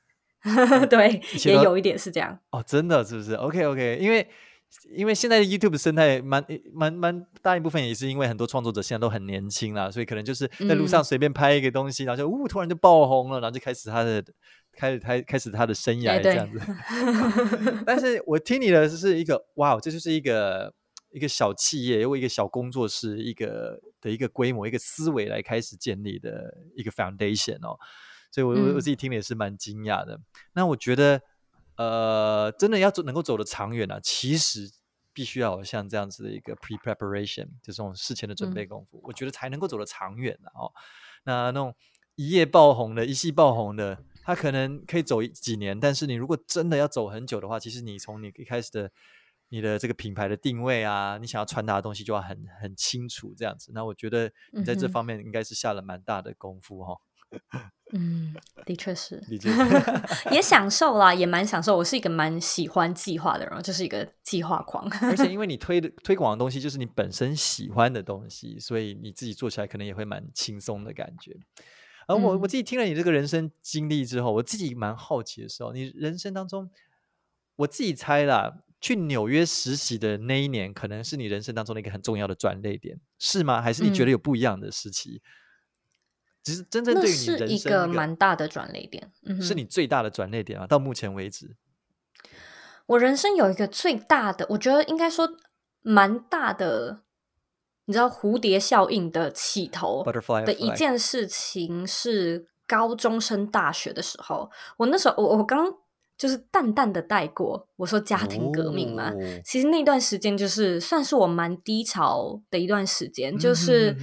对， 以前都也有一点是这样。 哦，真的是不是 ？OK， 因为现在的 YouTube 生态蛮大一部分也是因为很多创作者现在都很年轻啦，所以可能就是在路上随便拍一个东西，然后就突然就爆红了，然后就开始他的生涯这样子。但是我听你的是一个哇，这就是一个小企业或一个小工作室一个规模一个思维来开始建立的一个 foundation 哦，所以我自己听了也是蛮惊讶的。那我觉得真的要能够走得长远啊，其实必须要有像这样子的一个 pre-preparation， 就这种事前的准备功夫，我觉得才能够走得长远啊哦。那种一夜爆红的一夕爆红的，它可能可以走几年，但是你如果真的要走很久的话，其实你从你一开始的你的这个品牌的定位啊，你想要传达的东西就要很清楚这样子。那我觉得你在这方面应该是下了蛮大的功夫哦。 的确是， 理解是也享受啦，也蛮享受。我是一个蛮喜欢计划的人，就是一个计划狂。 而且因为你推广的东西就是你本身喜欢的东西，所以你自己做起来可能也会蛮轻松的感觉。而我自己听了你这个人生经历之后，我自己蛮好奇的时候，你人生当中，我自己猜啦，去纽约实习的那一年，可能是你人生当中的一个很重要的转捩点，是吗？还是你觉得有不一样的时期？其实真正对于你人生那是一个蛮大的转捩点， 是你最大的转捩点啊！到目前为止， 我人生有一个最大的，我觉得应该说蛮大的，你知道蝴蝶效应的起头的一件事情是高中升大学的时候。我那时候我刚就是淡淡的带过，我说家庭革命嘛，其实那段时间就是算是我蛮低潮的一段时间，就是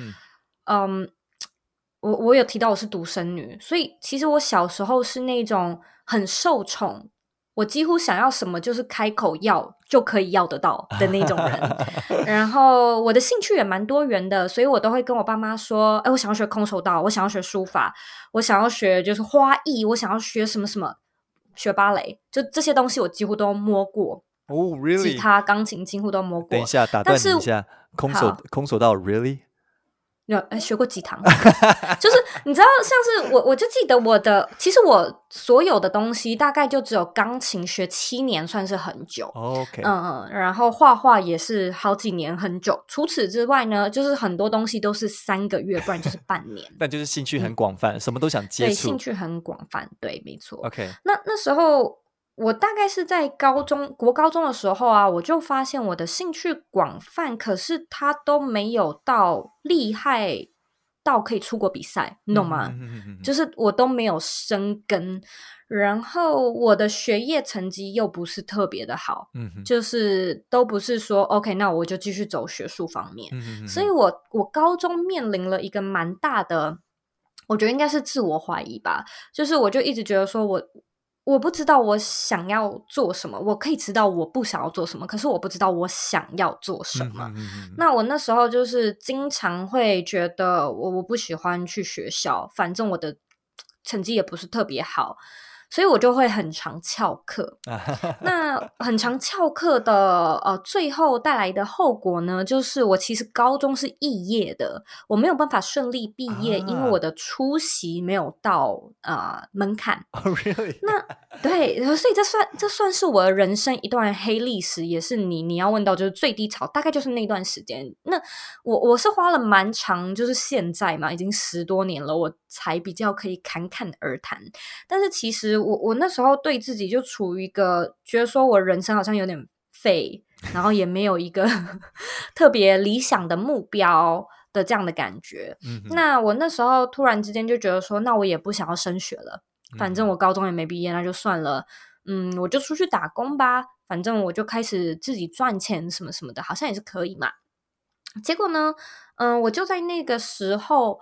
我有提到我是独生女，所以其实我小时候是那种很受宠，我几乎想要什么就是开口要就可以要得到的那种人。然后我的兴趣也蛮多元的，所以我都会跟我爸妈说，我想要学空手道，我想要学书法，我想要学就是花艺，我想要学什么什么，学芭蕾，就这些东西我几乎都摸过。 Oh, really? 吉他、钢琴几乎都摸过。 等一下，打断你一下，空手道 really？ 学过几堂，就是你知道，像是我就记得其实我所有的东西大概就只有钢琴学7年，算是很久。 OK， 然后画画也是好几年，很久。除此之外呢，就是很多东西都是3个月，不然就是半年。 但就是兴趣很广泛，什么都想接触。 对，兴趣很广泛，对，没错。 OK， 那时候我大概是在国高中的时候啊，我就发现我的兴趣广泛，可是它都没有到厉害到可以出国比赛，你懂吗？就是我都没有生根，然后我的学业成绩又不是特别的好，就是都不是说 OK， 那我就继续走学术方面。所以我高中面临了一个蛮大的，我觉得应该是自我怀疑吧，就是我就一直觉得说我不知道我想要做什么，我可以知道我不想要做什么，可是我不知道我想要做什么。那我那时候就是经常会觉得我不喜欢去学校，反正我的成绩也不是特别好，所以我就会很常翘课。那很常翘课的最后带来的后果呢，就是我其实高中是肄业的，我没有办法顺利毕业，因为我的出席没有到门槛。 Really？ 那对，所以这算是我的人生一段黑历史，也是你要问到就是最低潮，大概就是那段时间。那我是花了蛮长，就是现在嘛，已经10多年了，我才比较可以侃侃而谈。但是其实我那时候对自己就处于一个觉得说我人生好像有点废，然后也没有一个特别理想的目标的这样的感觉。那我那时候突然之间就觉得说，那我也不想要升学了，反正我高中也没毕业，那就算了。我就出去打工吧，反正我就开始自己赚钱什么什么的，好像也是可以嘛。结果呢，我就在那个时候，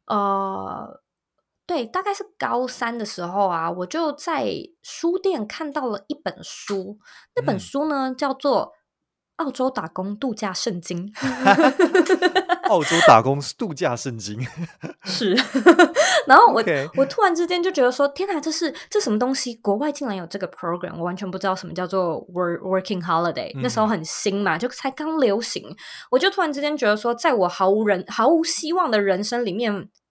对，大概是高3的时候啊，我就在书店看到了一本书，那本书呢叫做《澳洲打工度假圣经》。 澳洲打工度假圣经是，然后 Okay. 我突然之间就觉得说，天哪，这什么东西？国外竟然有这个 program， 我完全不知道什么叫做 working holiday，那时候很新嘛，就才刚流行。我就突然之间觉得说，在我毫无希望的人生里面，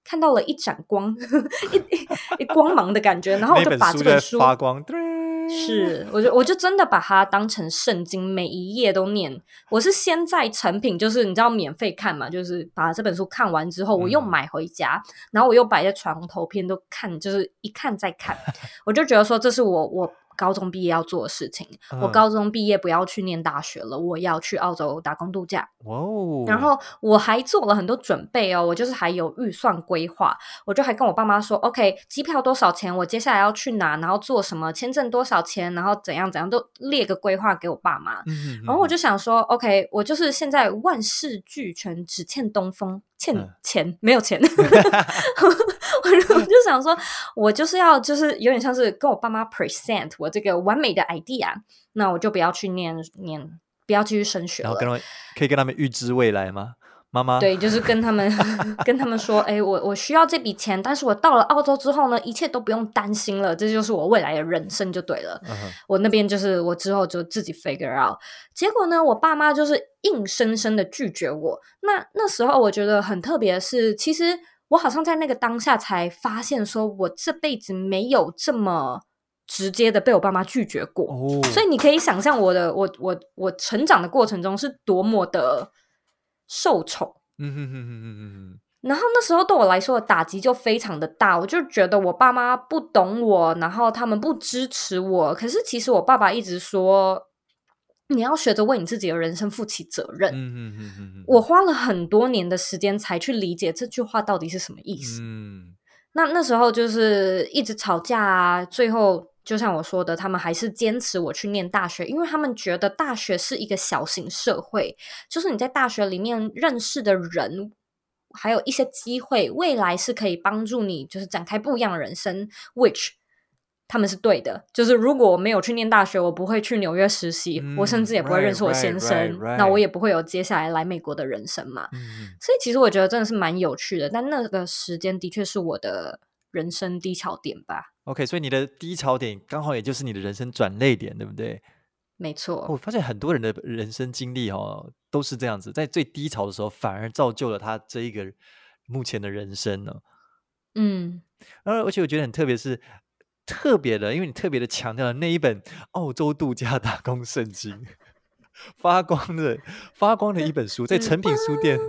看到了一盏光，一光芒的感觉，然后我就把这本书发光， 是，我就真的把它当成圣经，每一页都念。我是先在成品，就是你知道免费看嘛，就是把这本书看完之后，我又买回家，然后我又摆在床头边都看，就是一看再看，我就觉得说这是我高中毕业要做的事情。我高中毕业不要去念大学了，我要去澳洲打工度假。然后我还做了很多准备哦，我就是还有预算规划，我就还跟我爸妈说 OK 机票多少钱，我接下来要去哪，然后做什么，签证多少钱，然后怎样怎样都列个规划给我爸妈。然后我就想说 OK 我就是现在万事俱全，只欠东风，欠钱没有钱我就想说我就是要就是有点像是跟我爸妈 present 我这个完美的 idea， 那我就不要去念不要继续升学了， 然后可以跟他们预知未来吗？妈妈对，就是跟他们说我需要这笔钱，但是我到了澳洲之后呢，一切都不用担心了，这就是我未来的人生就对了。我那边就是我之后就自己 figure out。结果呢，我爸妈就是硬生生的拒绝我。那时候我觉得很特别的是，其实我好像在那个当下才发现说我这辈子没有这么直接的被我爸妈拒绝过。所以你可以想象我成长的过程中是多么的受宠。然后那时候对我来说的打击就非常的大，我就觉得我爸妈不懂我，然后他们不支持我。可是其实我爸爸一直说你要学着为你自己的人生负起责任。我花了很多年的时间才去理解这句话到底是什么意思。那时候就是一直吵架啊，最后就像我说的，他们还是坚持我去念大学，因为他们觉得大学是一个小型社会，就是你在大学里面认识的人还有一些机会，未来是可以帮助你就是展开不一样的人生 which 他们是对的，就是如果我没有去念大学，我不会去纽约实习，我甚至也不会认识我先生，那我也不会有接下来美国的人生嘛。所以其实我觉得真的是蛮有趣的，但那个时间的确是我的人生低潮点吧。 OK， 所以你的低潮点刚好也就是你的人生转捩点，对不对？ 没错。 我发现很多人的人生经历都是这样子，在最低潮的时候反而造就了他这一个目前的人生呢。而且我觉得很特别的，因为你特别的强调了那一本澳洲度假打工圣经发光的一本书，在诚品书店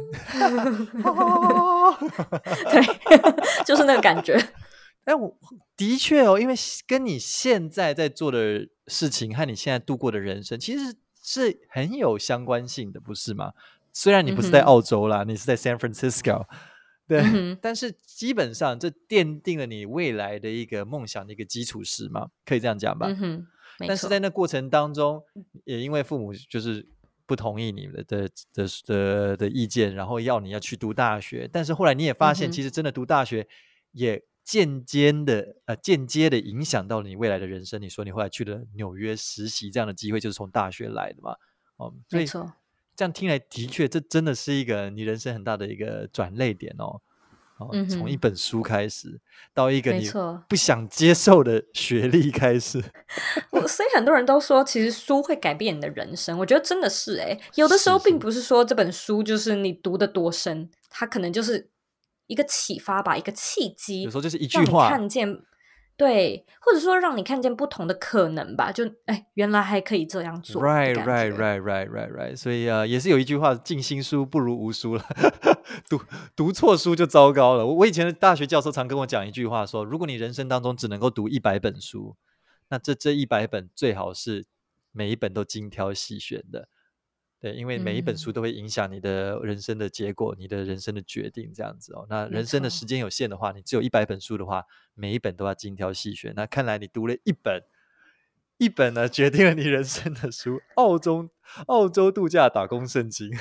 对，就是那个感觉。 我的确因为跟你现在在做的事情和你现在度过的人生其实是很有相关性的，不是吗？虽然你不是在澳洲啦，你是在 San Francisco， 对，但是基本上这奠定了你未来的一个梦想的一个基础石嘛，可以这样讲吧。但是在那过程当中，也因为父母就是不同意你的意见，然后要你要去读大学，但是后来你也发现其实真的读大学也间接的影响到你未来的人生。你说你后来去了纽约实习，这样的机会就是从大学来的嘛。所以这样听来的确这真的是一个你人生很大的一个转捩点从一本书开始到一个你不想接受的学历开始所以很多人都说其实书会改变你的人生，我觉得真的是有的时候并不是说这本书就是你读得多深，它可能就是一个启发吧，一个契机， 有时候就是一句话让你看见，对，或者说让你看见不同的可能吧，就原来还可以这样做。 right， 所以也是有一句话，尽心书不如无书了读错书就糟糕了。我以前的大学教授常跟我讲一句话说，如果你人生当中只能够读100本书，那这100本最好是每一本都精挑细选的。对，因为每一本书都会影响你的人生的结果，你的人生的决定这样子那人生的时间有限的话，你只有100本书的话，每一本都要精挑细选。那看来你读了一本呢，决定了你人生的书，澳洲度假打工圣经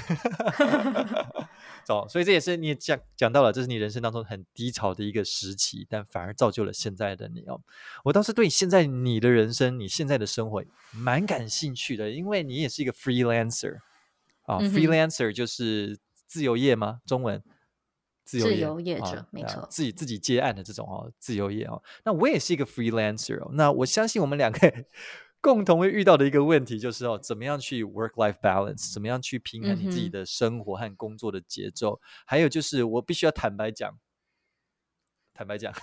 所以这也是你也讲到了，这是你人生当中很低潮的一个时期，但反而造就了现在的你我倒是对现在你的人生，你现在的生活蛮感兴趣的，因为你也是一个 freelancer freelancer 就是自由业吗？中文自由业者没错，自己接案的这种自由业那我也是一个 freelancer那我相信我们两个共同会遇到的一个问题就是怎么样去 work-life balance， 怎么样去平衡你自己的生活和工作的节奏还有就是我必须要坦白讲， 坦白讲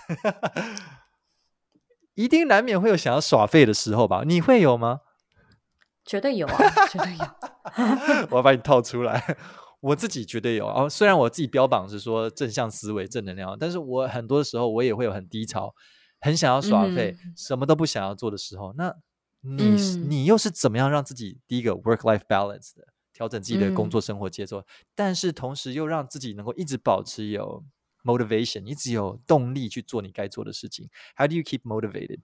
一定难免会有想要耍废的时候吧？你会有吗？ 绝对有啊，绝对有。 我要把你套出来。我自己绝对有虽然我自己标榜是说正向思维正能量，但是我很多时候我也会有很低潮，很想要耍废，什么都不想要做的时候。那你又是怎么样让自己第一个 work-life balance 的，调整自己的工作生活节奏，但是同时又让自己能够一直保持有 motivation， 一直有动力去做你该做的事情。 How do you keep motivated？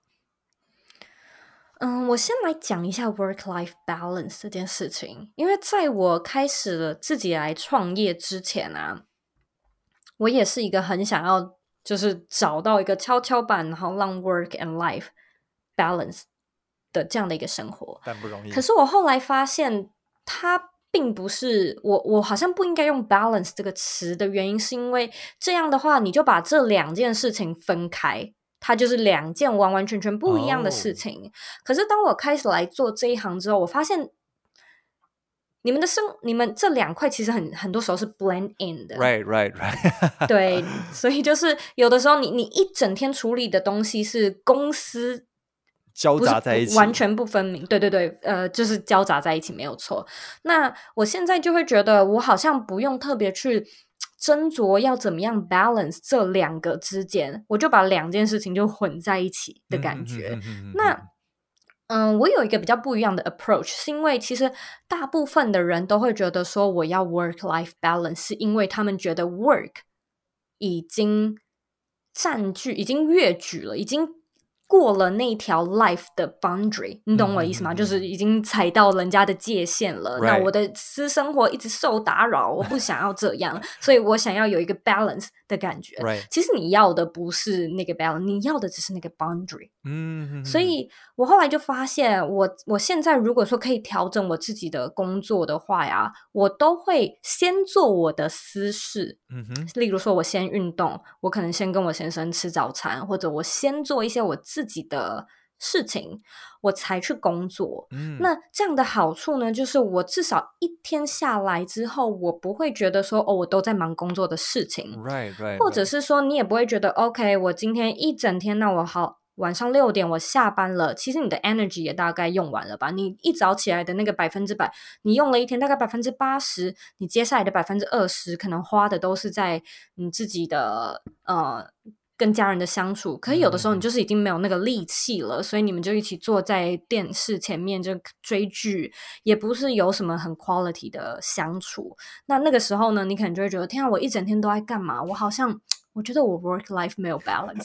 我先来讲一下 work-life balance 这件事情，因为在我开始了自己来创业之前啊，我也是一个很想要就是找到一个跷跷板，然后让 work and life balance 的这样的一个生活， 但不容易。 可是我后来发现它并不是我好像不应该用 balance 这个词的原因，是因为这样的话你就把这两件事情分开，它就是两件完完全全不一样的事情。可是当我开始来做这一行之后，我发现你们这两块其实很多时候是 blend in 的。 Right 对，所以就是有的时候你一整天处理的东西是公司交杂在一起， 完全不分明。对，就是交杂在一起没有错。那我现在就会觉得我好像不用特别去斟酌要怎么样 balance 这两个之间，我就把两件事情就混在一起的感觉。那我有一个比较不一样的 approach， 是因为其实大部分的人都会觉得说我要 work-life balance， 是因为他们觉得 work 已经占据，已经越矩了，已经过了那条 life 的 boundary， 你懂我意思吗？就是已经踩到人家的界限了。那我的私生活一直受打扰，我不想要这样，所以我想要有一个 balance 的感觉。其实你要的不是那个 balance， 你要的只是那个 boundary。所以我后来就发现我现在如果说可以调整我自己的工作的话呀，我都会先做我的私事。例如说我先运动，我可能先跟我先生吃早餐，或者我先做一些我自己的事情，我才去工作。那这样的好处呢，就是我至少一天下来之后，我不会觉得说我都在忙工作的事情。或者是说你也不会觉得 OK， 我今天一整天，那我好晚上6点我下班了，其实你的 energy 也大概用完了吧，你一早起来的那个100%，你用了一天大概80%，你接下来的20%可能花的都是在你自己的跟家人的相处，可是有的时候你就是已经没有那个力气了，所以你们就一起坐在电视前面就追剧，也不是有什么很 quality 的相处。那个时候呢，你可能就会觉得天啊，我一整天都在干嘛？我觉得我 work life 没有 balance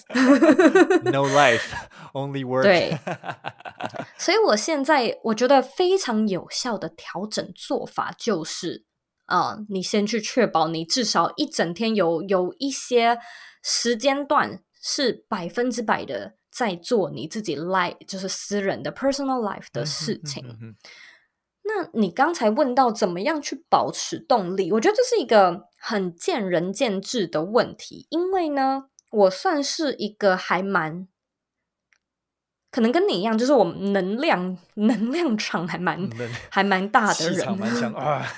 No life only work 对所以我现在我觉得非常有效的调整做法就是你先去确保你至少一整天有一些时间段是100%的在做你自己 life 就是私人的 personal life 的事情那你刚才问到怎么样去保持动力，我觉得这是一个很见仁见智的问题，因为呢，我算是一个还蛮可能跟你一样，就是我能量场还蛮大的人， 气场蛮强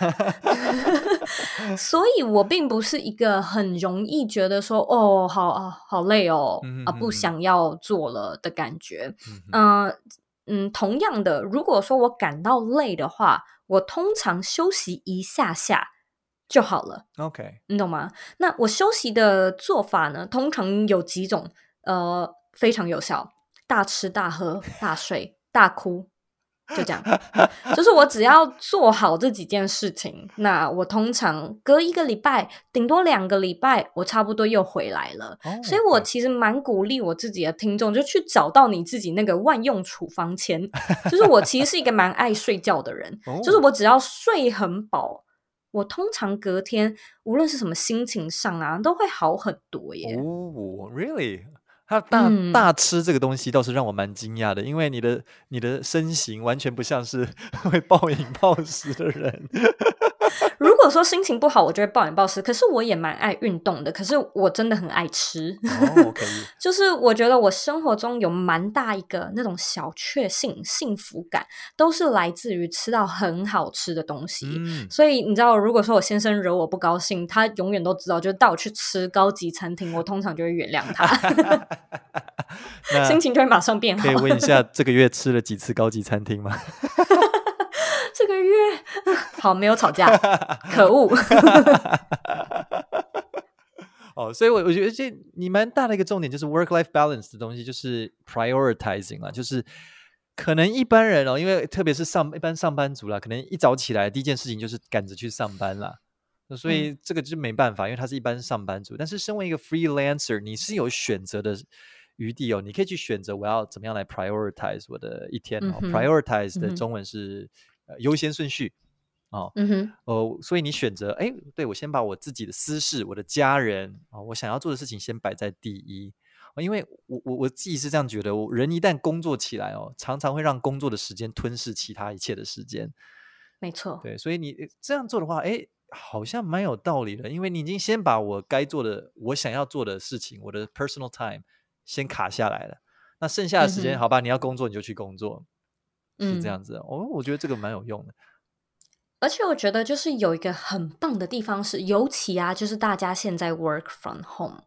所以我并不是一个很容易觉得说好累哦不想要做了的感觉同样的，如果说我感到累的话，我通常休息一下下就好了。 OK， 你懂吗？那我休息的做法呢，通常有几种，非常有效：大吃大喝、大睡、大哭，就这样。就是我只要做好这几件事情，那我通常隔1个礼拜，顶多2个礼拜，我差不多又回来了。所以我其实蛮鼓励我自己的听众，就去找到你自己那个万用处方签。就是我其实是一个蛮爱睡觉的人，就是我只要睡很饱，我通常隔天无论是什么心情上啊，都会好很多耶。 Really？他大吃这个东西倒是让我蛮惊讶的，因为你的身形完全不像是会暴饮暴食的人。 如果说心情不好，我就会暴饮暴食。可是我也蛮爱运动的，可是我真的很爱吃。 OK 就是我觉得我生活中有蛮大一个那种小确幸、幸福感，都是来自于吃到很好吃的东西。所以你知道，如果说我先生惹我不高兴，他永远都知道，就带我去吃高级餐厅，我通常就会原谅他。心情就会马上变好。 可以问一下这个月吃了几次高级餐厅吗？ 这个月好没有吵架，可恶。 所以我觉得这你蛮大的一个重点就是 work-life balance 的东西，就是 prioritizing 啦，就是可能一般人因为特别是一般上班族啦，可能一早起来第一件事情就是赶着去上班啦，所以这个就没办法，因为他是一般上班族。但是身为一个 freelancer， 你是有选择的余地你可以去选择我要怎么样来 prioritize 我的一天prioritize 的中文是优先顺序所以你选择对，我先把我自己的私事，我的家人我想要做的事情先摆在第一因为我自己是这样觉得，人一旦工作起来常常会让工作的时间吞噬其他一切的时间。 没错， 对，所以你这样做的话好像蛮有道理的，因为你已经先把我该做的我想要做的事情，我的 personal time 先卡下来了，那剩下的时间好吧，你要工作你就去工作，是这样子我觉得这个蛮有用的。 而且我觉得就是有一个很棒的地方是，尤其就是大家现在 work from home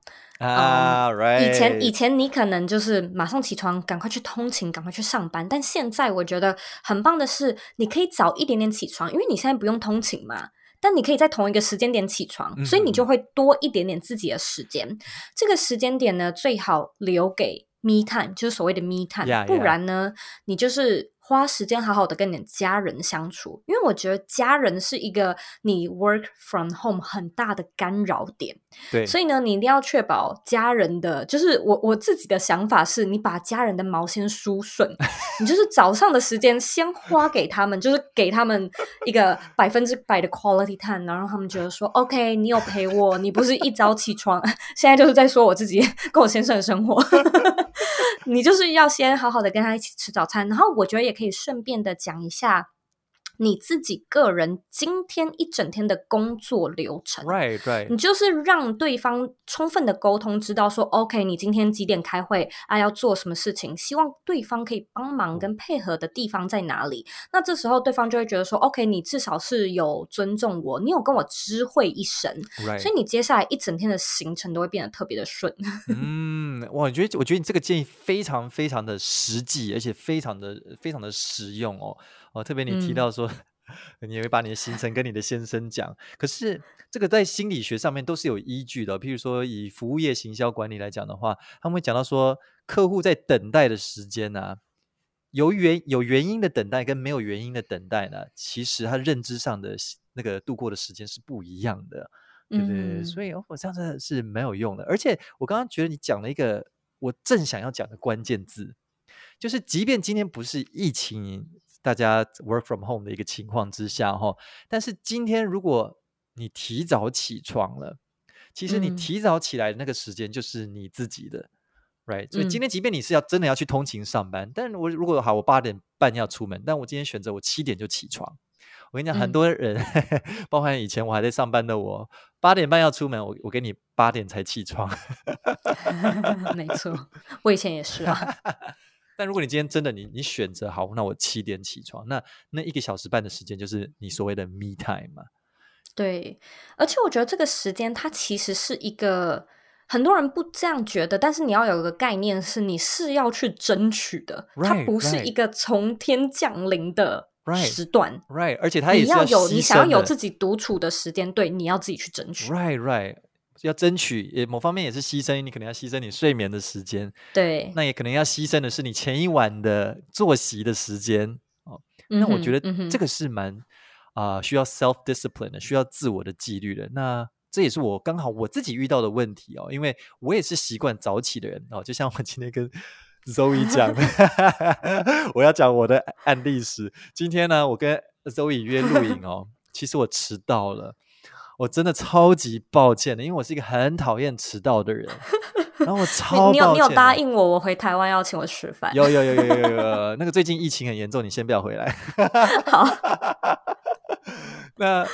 right 以前你可能就是马上起床赶快去通勤赶快去上班，但现在我觉得很棒的是你可以早一点点起床，因为你现在不用通勤嘛，但你可以在同一个时间点起床，所以你就会多一点点自己的时间。这个时间点呢，最好留给 me time， 就是所谓的 me time， 不然呢你就是花时间好好的跟你的家人相处，因为我觉得家人是一个你 work from home 很大的干扰点。 对， 所以呢你一定要确保家人的，就是我自己的想法是，你把家人的毛先梳顺，你就是早上的时间先花给他们，就是给他们一个100%的 quality time， 然后让他们觉得说 OK 你有陪我，你不是一早起床现在就是在说我自己跟我先生的生活你就是要先好好的跟他一起吃早餐，然后我觉得也可以顺便的讲一下你自己个人今天一整天的工作流程 right 你就是让对方充分的沟通，知道说 OK 你今天几点开会要做什么事情，希望对方可以帮忙跟配合的地方在哪里那这时候对方就会觉得说 OK 你至少是有尊重我，你有跟我知会一声所以你接下来一整天的行程都会变得特别的顺哇，我觉得你这个建议非常非常的实际，而且非常的实用特别你提到说你会把你的行程跟你的先生讲，可是这个在心理学上面都是有依据的譬如说以服务业行销管理来讲的话，他们会讲到说客户在等待的时间有原因的等待跟没有原因的等待呢，其实他认知上的那个度过的时间是不一样的对不对所以我这样真的是蛮有用的。而且我刚刚觉得你讲了一个我正想要讲的关键字，就是即便今天不是疫情大家 work from home 的一个情况之下但是今天如果你提早起床了，其实你提早起来的那个时间就是你自己的right 所以今天即便你是真的要去通勤上班，但如果好我8点半要出门，但我今天选择我7点就起床，我跟你讲很多人包含以前我还在上班的我8点半要出门，我给你8点才起床没错，我以前也是但如果你今天真的你选择好，那我7点起床，那1个小时半的时间就是你所谓的 me time 嘛。 对，而且我觉得这个时间它其实是一个很多人不这样觉得，但是你要有一个概念是你是要去争取的它不是一个从天降临的时段 right 而且它也是你想要有自己独处的时间，对，你要自己去争取 right 要争取某方面也是牺牲，你可能要牺牲你睡眠的时间， 对， 那也可能要牺牲的是你前一晚的作息的时间那我觉得这个是蛮需要 self discipline 的，需要自我的纪律的。那这也是我刚好我自己遇到的问题因为我也是习惯早起的人就像我今天跟 Zoe 讲我要讲我的案例史。今天呢我跟 Zoe 约录影其实我迟到了，我真的超级抱歉的，因为我是一个很讨厌迟到的人然后我超抱歉你有答应我回台湾要请我吃饭有那个最近疫情很严重，你先不要回来好那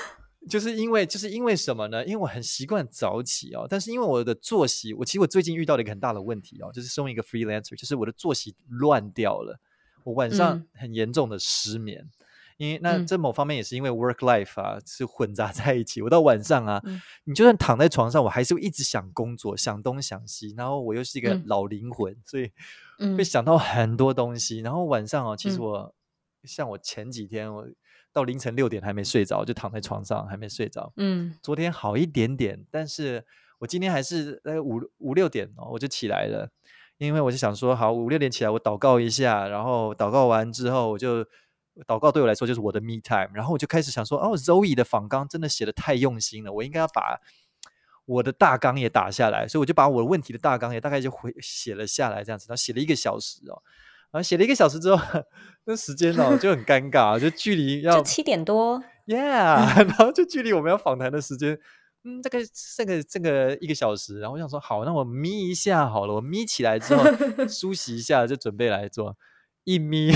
就是因为什么呢？因为我很习惯早起哦，但是因为我的作息，其实我最近遇到了一个很大的问题哦，就是身为一个 freelancer，就是我的作息乱掉了，我晚上很严重的失眠。因为那这某方面也是因为 work life 啊是混杂在一起，我到晚上啊，你就算躺在床上，我还是会一直想工作，想东想西，然后我又是一个老灵魂，所以会想到很多东西。然后晚上哦，其实像我前几天我到凌晨6点还没睡着，就躺在床上还没睡着。昨天好一点点，但是我今天还是5、6点哦，我就起来了，因为我就想说，好5、6点起来，我祷告一下，然后祷告完之后，祷告对我来说就是我的 me time， 然后我就开始想说，Zoe 的访纲真的写得太用心了，我应该要把我的大纲也打下来，所以我就把我的问题的大纲也大概就写了下来，这样子，然后写了1个小时哦。然后写了1个小时之后，那时间就很尴尬，就距离要就7点多 ，yeah， 然后就距离我们要访谈的时间，这个1个小时，然后我想说，好，那我眯一下好了，我眯起来之后梳洗一下，就准备来做，一眯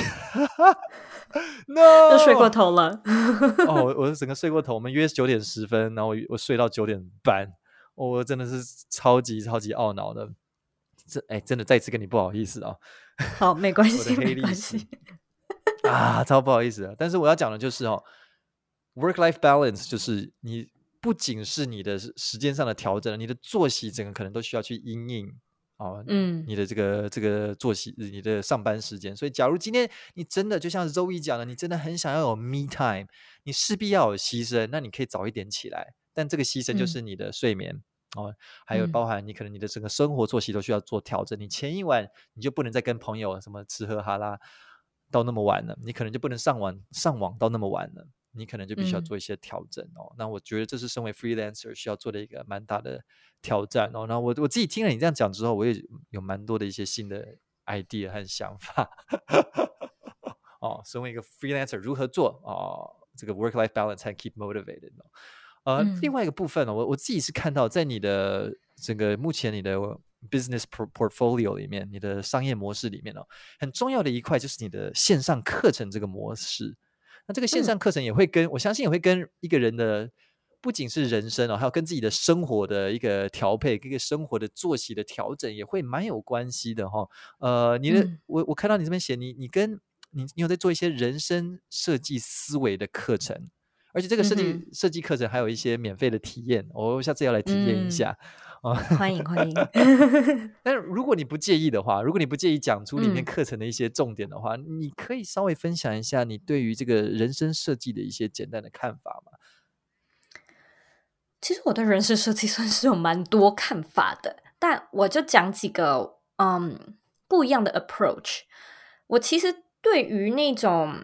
，no， 就睡过头了。 我整个睡过头，我们约9点10分，然后我睡到9点半，我真的是超级懊恼的。真的再次跟你不好意思啊。 好，没关系， 我的黑历史啊，超不好意思的。但是我要讲的就是work-life balance 就是你不仅是你的时间上的调整，你的作息整个可能都需要去因应你的这个作息，你的上班时间。所以假如今天你真的就像 Zoe 讲的，你真的很想要有 me time， 你势必要有牺牲，那你可以早一点起来，但这个牺牲就是你的睡眠。还有包含你可能你的整个生活作息都需要做调整，你前一晚你就不能再跟朋友什么吃喝哈拉到那么晚了，你可能就不能上网到那么晚了，你可能就必须要做一些调整那我觉得这是身为 freelancer 需要做的一个蛮大的挑战然后我自己听了你这样讲之后，我也有蛮多的一些新的 idea 和想法身为一个 freelancer 如何做这个 work-life balance 和 keep motivated另外一个部分我自己是看到在你的整个目前你的 business portfolio 里面，你的商业模式里面很重要的一块就是你的线上课程这个模式。那这个线上课程也会我相信也会跟一个人的不仅是人生还有跟自己的生活的一个调配，跟一个生活的作息的调整也会蛮有关系的我看到你这边写你有在做一些人生设计思维的课程。而且这个设计课程还有一些免费的体验，我下次要来体验一下欢迎但如果你不介意的话，如果你不介意讲出里面课程的一些重点的话，你可以稍微分享一下你对于这个人生设计的一些简单的看法吗？ 其实我对人生设计算是有蛮多看法的，但我就讲几个不一样的 approach。我其实对于那种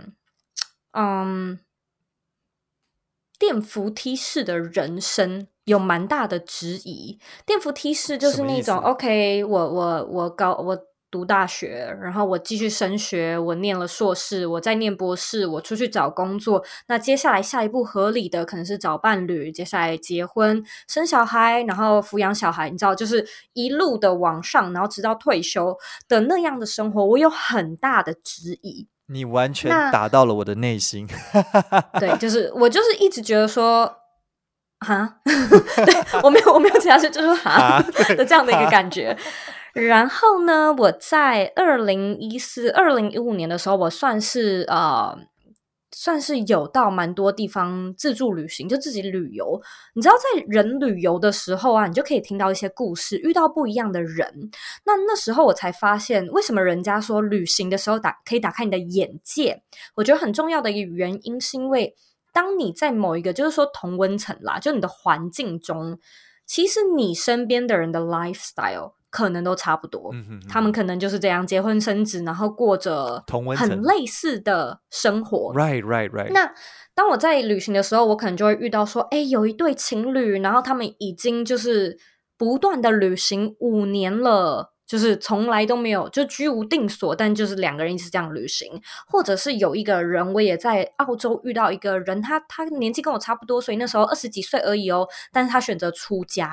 电扶梯式的人生有蛮大的质疑。电扶梯式就是那种 OK， 我读大学，然后我继续升学，我念了硕士，我再念博士，我出去找工作。那接下来下一步合理的可能是找伴侣，接下来结婚生小孩，然后抚养小孩，你知道就是一路的往上，然后直到退休的那样的生活，我有很大的质疑。 你完全打到了我的内心对，就是我就是一直觉得说对，我没有其他事，就是的这样的一个感觉。然后呢，我在2014、2015年的时候，我算是有到蛮多地方自助旅行，就自己旅游。你知道在人旅游的时候你就可以听到一些故事，遇到不一样的人。那时候我才发现，为什么人家说旅行的时候可以打开你的眼界。我觉得很重要的一个原因是因为当你在某一个就是说同温层啦，就你的环境中，其实你身边的人的 lifestyle可能都差不多，他们可能就是这样结婚生子，然后过着很类似的生活。 right。 那当我在旅行的时候，我可能就会遇到说有一对情侣，然后他们已经就是不断的旅行5年了，就是从来都没有就居无定所，但就是2个人一直这样旅行。或者是有一个人，我也在澳洲遇到一个人，他年纪跟我差不多，所以那时候20几岁而已但是他选择出家，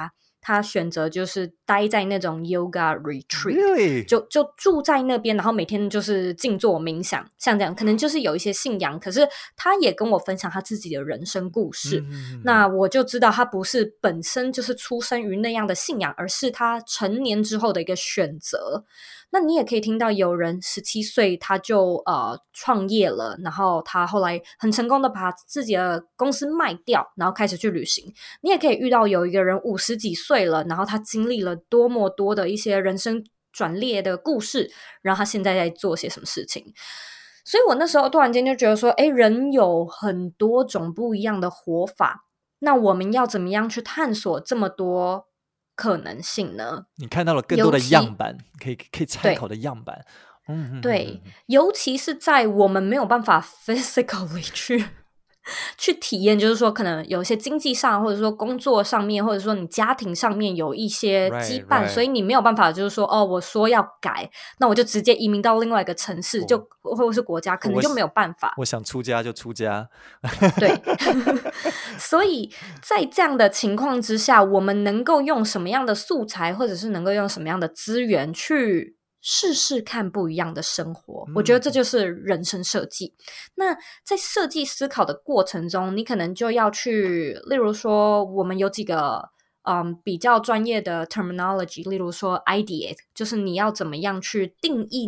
他选择就是待在那种 yoga retreat， Really？ 就住在那边，然后每天就是静坐冥想，像这样，可能就是有一些信仰，可是他也跟我分享他自己的人生故事。那我就知道他不是本身就是出生于那样的信仰，而是他成年之后的一个选择。那你也可以听到有人17岁他就创业了，然后他后来很成功的把自己的公司卖掉，然后开始去旅行。你也可以遇到有一个人50几岁了，然后他经历了多么多的一些人生转捩的故事，然后他现在在做些什么事情。所以我那时候突然间就觉得说，人有很多种不一样的活法，那我们要怎么样去探索这么多可能性呢？ 你看到了更多的样板，可以参考的样板。 对，尤其是在我们没有办法 physically 去体验，就是说可能有一些经济上，或者说工作上面，或者说你家庭上面有一些羁绊，所以你没有办法就是说我说要改，那我就直接移民到另外一个城市，就或者是国家，可能就没有办法。 我想出家就出家。 对所以在这样的情况之下，我们能够用什么样的素材，或者是能够用什么样的资源去试试看不一样的生活，我觉得这就是人生设计。那在设计思考的过程中，你可能就要去，例如说我们有几个比较专业的 terminology， 例如说 ideate， 就是你要怎么样去定义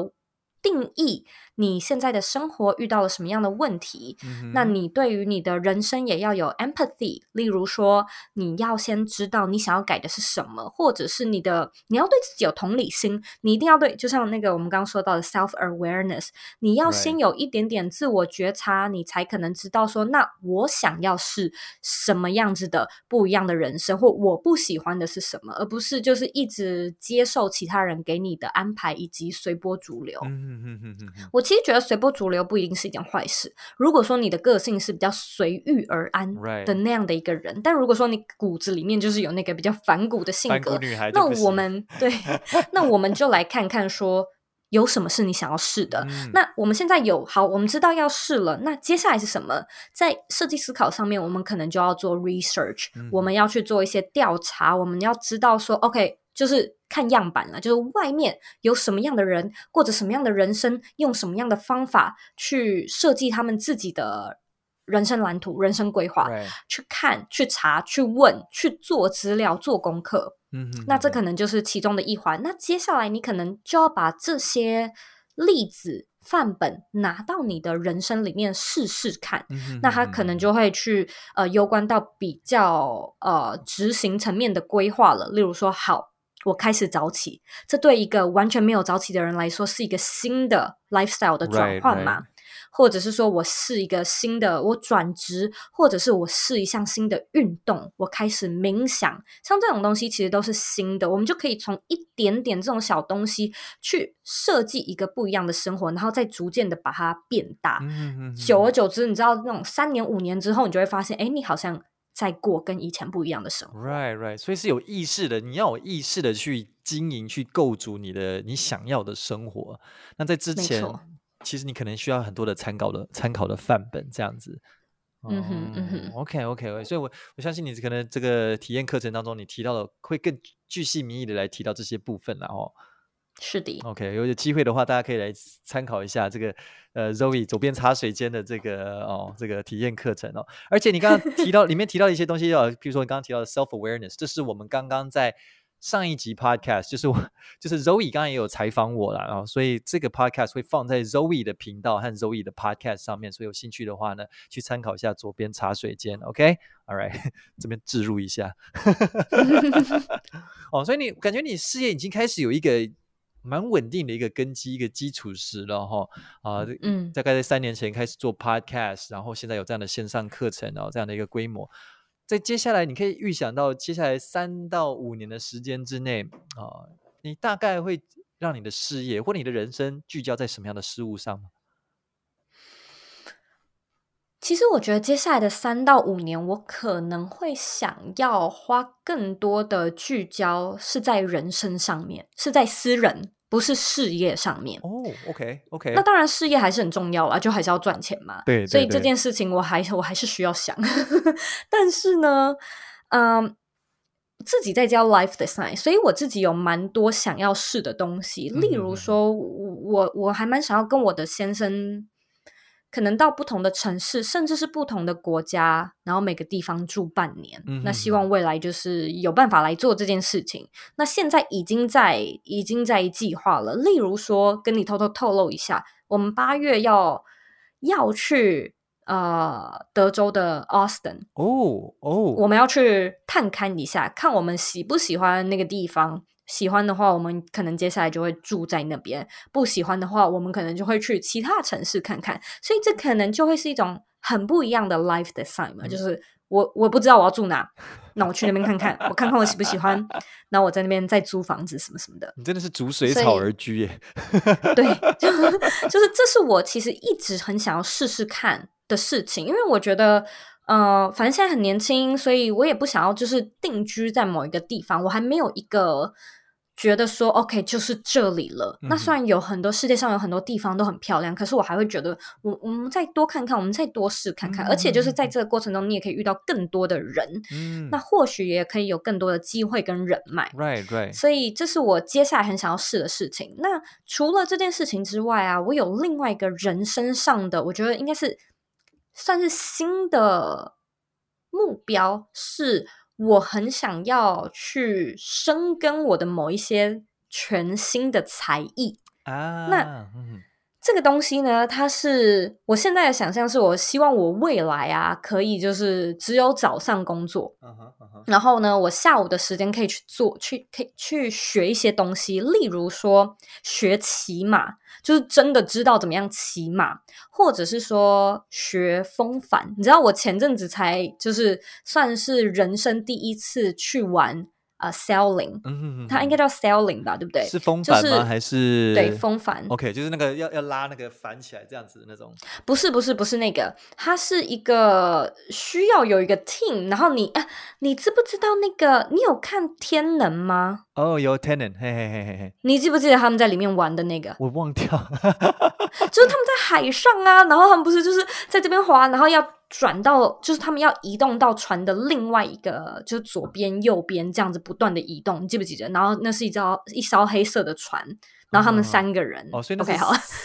你现在的生活遇到了什么样的问题，那你对于你的人生也要有 empathy， 例如说你要先知道你想要改的是什么，或者是你要对自己有同理心，你一定要对，就像那个我们刚刚说到的 self-awareness， 你要先有一点点自我觉察，你才可能知道说，那我想要是什么样子的不一样的人生，或我不喜欢的是什么，而不是就是一直接受其他人给你的安排以及随波逐流。我其实觉得随波逐流不一定是一件坏事。如果说你的个性是比较随遇而安的那样的一个人，但如果说你骨子里面就是有那个比较反骨的性格，那我们就来看看说有什么是你想要试的。那我们现在我们知道要试了，那接下来是什么？在设计思考上面，我们可能就要做 research，我们要去做一些调查，我们要知道说 OK， 就是看样板了，就是外面有什么样的人过着什么样的人生，用什么样的方法去设计他们自己的人生蓝图、人生规划，去看、去查、去问、去做资料、做功课。那这可能就是其中的一环。那接下来你可能就要把这些例子范本拿到你的人生里面试试看，那他可能就会去攸关到比较执行层面的规划了。例如说，好，我开始早起，这对一个完全没有早起的人来说是一个新的 lifestyle 的转换嘛。或者是说我试一个新的，我转职，或者是我试一项新的运动，我开始冥想，像这种东西其实都是新的，我们就可以从一点点这种小东西去设计一个不一样的生活，然后再逐渐的把它变大。久而久之，你知道那种3年5年之后，你就会发现，你好像在过跟以前不一样的生活。 Right， 所以是有意识的，你要有意识的去经营、去构筑你想要的生活。那在之前，其实你可能需要很多的参考的范本，这样子。OK， 所以我相信你可能这个体验课程当中，你提到的会更巨细靡遗的来提到这些部分啦。 是的 OK， 有机会的话，大家可以来参考一下这个Zoe 左边茶水间的这个体验课程哦。而且你刚刚里面提到一些东西，比如说你刚刚提到的 self-awareness， 这是我们刚刚在上一集 podcast， 就是 Zoe 刚刚也有采访我啦，然后所以这个 podcast 会放在 Zoe 的频道和 Zoe 的 podcast 上面，所以有兴趣的话呢，去参考一下左边茶水间。OK，All right， 这边置入一下。所以你感觉你事业已经开始有一个蛮稳定的一个根基、一个基础时了大概在3年前开始做 podcast， 然后现在有这样的线上课程，然后这样的一个规模。在接下来，你可以预想到接下来3到5年的时间之内你大概会让你的事业或你的人生聚焦在什么样的事物上吗？ 其实我觉得接下来的3到5年，我可能会想要花更多的聚焦是在人生上面，是在私人，不是事业上面。 OK。 那当然事业还是很重要啦，就还是要赚钱嘛。 对， 所以这件事情我还是需要想。但是呢， 自己在教 life design，所以我自己有蛮多想要试的东西。例如说，我还蛮想要跟我的先生，可能到不同的城市，甚至是不同的国家，然后每个地方住半年。那希望未来就是有办法来做这件事情。那现在已经在计划了。例如说，跟你偷偷透露一下，我们8月要去德州的 Austin。我们要去探勘一下，看我们喜不喜欢那个地方。喜欢的话，我们可能接下来就会住在那边；不喜欢的话，我们可能就会去其他城市看看。所以这可能就会是一种很不一样的 life design 嘛，就是我不知道我要住哪，那我去那边看看，我看看我喜不喜欢，那我在那边再租房子什么什么的。 你真的是逐水草而居耶。 对，就是这是我其实一直很想要试试看的事情，因为我觉得反正现在很年轻，所以我也不想要就是定居在某一个地方，我还没有一个觉得说 OK 就是这里了。那虽然有很多世界上有很多地方都很漂亮，可是我还会觉得我们再多看看，我们再多试看看，而且就是在这个过程中你也可以遇到更多的人，那或许也可以有更多的机会跟人脉。 right 所以这是我接下来很想要试的事情。那除了这件事情之外啊，我有另外一个人生上的，我觉得应该是算是新的目标，是我很想要去深耕我的某一些全新的才艺啊。那这个东西呢，它是我现在的想象，是我希望我未来啊，可以就是只有早上工作，然后呢，我下午的时间可以去学一些东西，例如说学骑马，就是真的知道怎么样骑马，或者是说学风帆。你知道我前阵子才就是算是人生第一次去玩sailing，它应该叫 sailing 吧，对不对？ 是风帆吗？还是对风帆 ？OK， 就是那个要拉那个帆起来这样子的那种。 不是那个，它是一个需要有一个 team， 然后你知不知道那个？你有看天能吗？ 有 Tenet， 嘿。 你记不记得他们在里面玩的那个？ 我忘掉， 就是他们在海上啊，然后他们不是就是在这边滑，然后要转到，就是他们要移动到船的另外一个，就是左边、右边这样子不断的移动，你记不记得？然后那是一艘黑色的船，然后他们3个人。 所以那是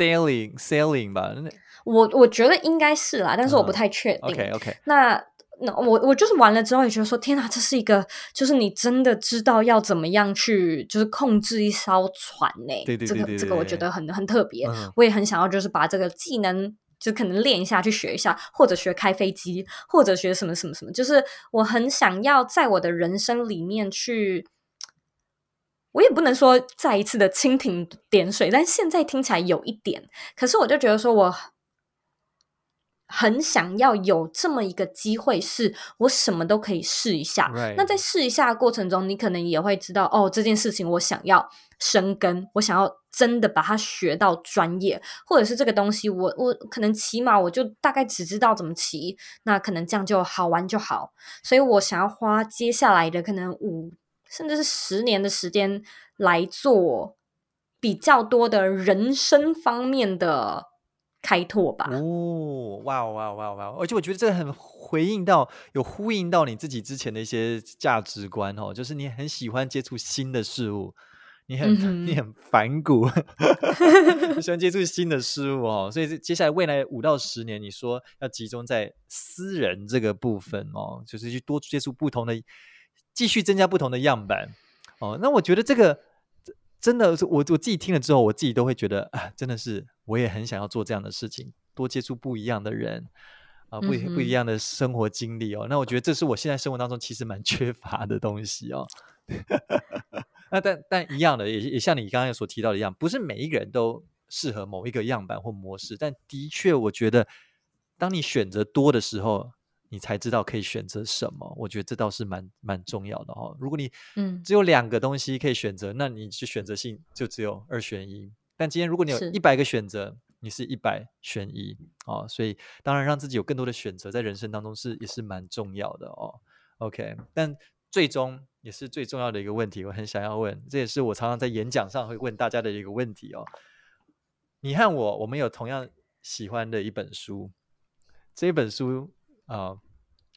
sailing 吧？ 我觉得应该是啦，但是我不太确定。 OK， 那我就是玩了之后也觉得说，天哪，这是一个就是你真的知道要怎么样去就是控制一艘船呢？ 对， 这个我觉得很特别。我也很想要就是把这个技能就可能练一下，去学一下，或者学开飞机，或者学什么，就是我很想要在我的人生里面去。我也不能说再一次的蜻蜓点水，但现在听起来有一点。可是我就觉得说我很想要有这么一个机会，是我什么都可以试一下。那在试一下的过程中，你可能也会知道，这件事情我想要深耕，我想要真的把它学到专业，或者是这个东西我可能骑马我就大概只知道怎么骑，那可能这样就好玩就好。所以我想要花接下来的可能5甚至是10年的时间来做比较多的人生方面的开拓吧。 哇，而且我觉得这很有呼应到你自己之前的一些价值观就是你很喜欢接触新的事物，你很反骨你喜欢接触新的事物所以接下来未来5到10年，你说要集中在私人这个部分就是去多接触不同的，继续增加不同的样板那我觉得这个真的我自己听了之后，我自己都会觉得真的是我也很想要做这样的事情，多接触不一样的人不一样的生活经历那我觉得这是我现在生活当中其实蛮缺乏的东西那但一样的也像你刚刚所提到的一样，不是每一个人都适合某一个样板或模式，但的确我觉得当你选择多的时候，你才知道可以选择什么，我觉得这倒是蛮重要的如果你只有2个东西可以选择，那你就选择性就只有2选1。但今天如果你有100个选择，你是100选1所以当然让自己有更多的选择在人生当中也是蛮重要的OK， 但最终也是最重要的一个问题，我很想要问，这也是我常常在演讲上会问大家的一个问题你和我们有同样喜欢的一本书，这一本书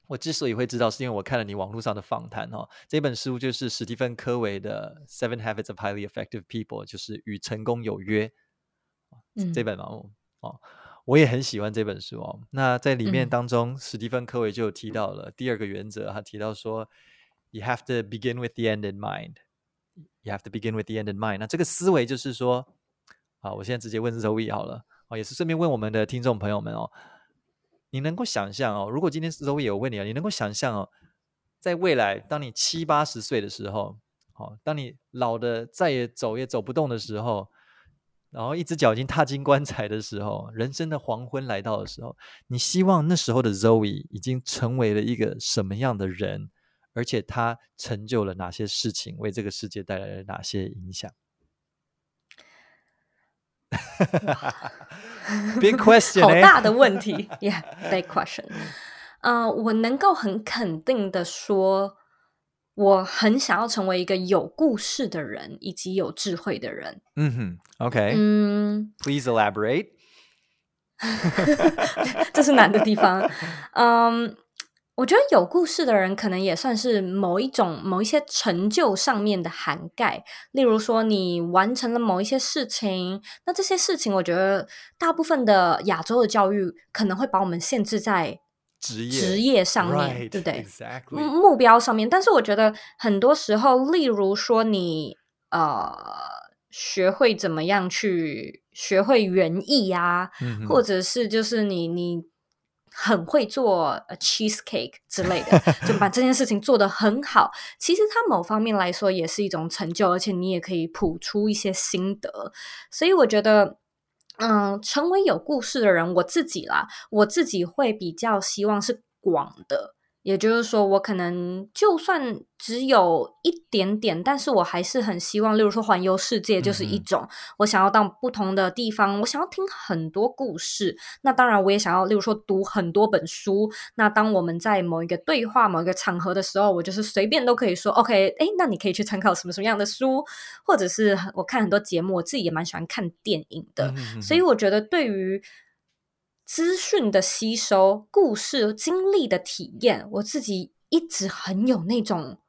我之所以会知道，是因为我看了你网络上的访谈哦。这本书就是史蒂芬·科维的《Seven Habits of Highly Effective People》，就是与成功有约这本嘛。我也很喜欢这本书哦。那在里面当中，史蒂芬·科维就有提到了第二个原则，他提到说 ，You have to begin with the end in mind. You have to begin with the end in mind. 那这个思维就是说，我现在直接问 Zoe 好了，也是顺便问我们的听众朋友们哦。你能够想象哦，如果今天 Zoe 有问你你能够想象哦，在未来当你70、80岁的时候，当你老的再也走也走不动的时候，然后一只脚已经踏进棺材的时候，人生的黄昏来到的时候，你希望那时候的 Zoe 已经成为了一个什么样的人，而且他成就了哪些事情，为这个世界带来了哪些影响？Big question， 好大的问题，Yeah, big question。我能够很肯定的说，我很想要成为一个有故事的人，以及有智慧的人。 OK， Please elaborate。 这是难的地方。我觉得有故事的人可能也算是某一些成就上面的涵盖，例如说你完成了某一些事情，那这些事情我觉得大部分的亚洲的教育可能会把我们限制在职业上面，对不对？ Exactly. 目标上面。但是我觉得很多时候，例如说你学会怎么样去学会园艺啊，或者是就是你很会做cheesecake 之类的，就把这件事情做得很好。其实它某方面来说也是一种成就，而且你也可以谱出一些心得。所以我觉得成为有故事的人，我自己会比较希望是广的。也就是说，我可能就算只有一点点，但是我还是很希望，例如说环游世界就是一种，我想要到不同的地方，我想要听很多故事。那当然我也想要例如说读很多本书，那当我们在某一个对话某一个场合的时候，我就是随便都可以说 OK， 那你可以去参考什么什么样的书，或者是我看很多节目，我自己也蛮喜欢看电影的。所以我觉得对于资讯的吸收、故事经历的体验，我自己一直很有那种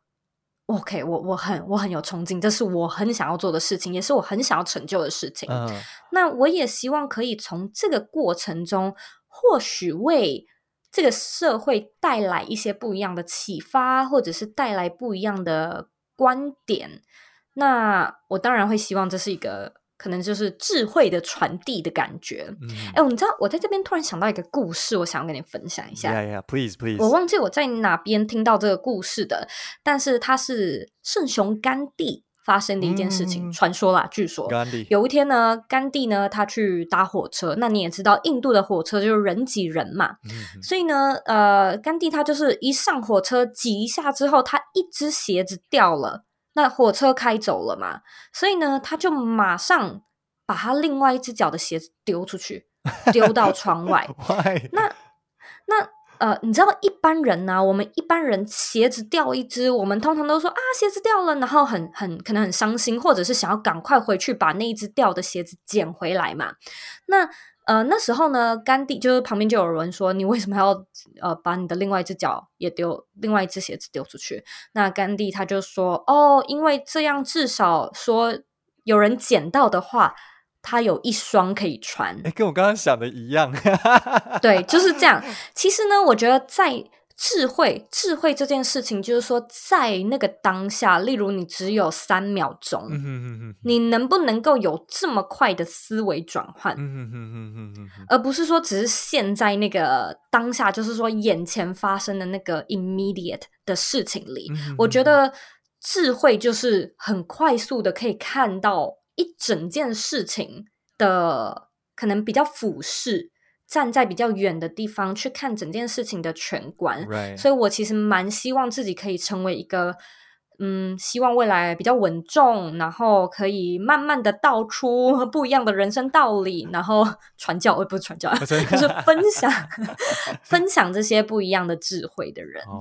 OK， 我很有冲劲，这是我很想要做的事情，也是我很想要成就的事情。那我也希望可以从这个过程中，或许为这个社会带来一些不一样的启发，或者是带来不一样的观点。那我当然会希望这是一个可能就是智慧的传递的感觉。你知道我在这边突然想到一个故事，我想要跟你分享一下。 Yeah, please. 我忘记我在哪边听到这个故事的，但是它是圣雄甘地发生的一件事情，传说啦，据说有一天呢，甘地呢他去搭火车，那你也知道印度的火车就是人挤人嘛，所以呢甘地他就是一上火车挤一下之后，他一只鞋子掉了，那火车开走了嘛，所以呢他就马上把他另外一只脚的鞋子丢出去，丢到窗外。那你知道一般人啊，我们一般人鞋子掉一只，我们通常都说鞋子掉了，然后可能很伤心，或者是想要赶快回去把那一只掉的鞋子捡回来嘛。那时候呢，甘地就是旁边就有人说，你为什么要把你的另外一只脚也丢，另外一只鞋子丢出去？那甘地他就说因为这样至少说有人捡到的话，他有一双可以穿。 跟我刚刚想的一样。 对，就是这样。其实呢，我觉得在智慧这件事情，就是说在那个当下，例如你只有3秒钟，你能不能够有这么快的思维转换，而不是说只是现在那个当下，就是说眼前发生的那个 immediate 的事情里。我觉得智慧就是很快速的可以看到一整件事情的可能比较俯视，站在比较远的地方去看整件事情的全观。所以我其实蛮希望自己可以成为一个希望未来比较稳重，然后可以慢慢的道出不一样的人生道理，然后传教不是传教就是分享这些不一样的智慧的人。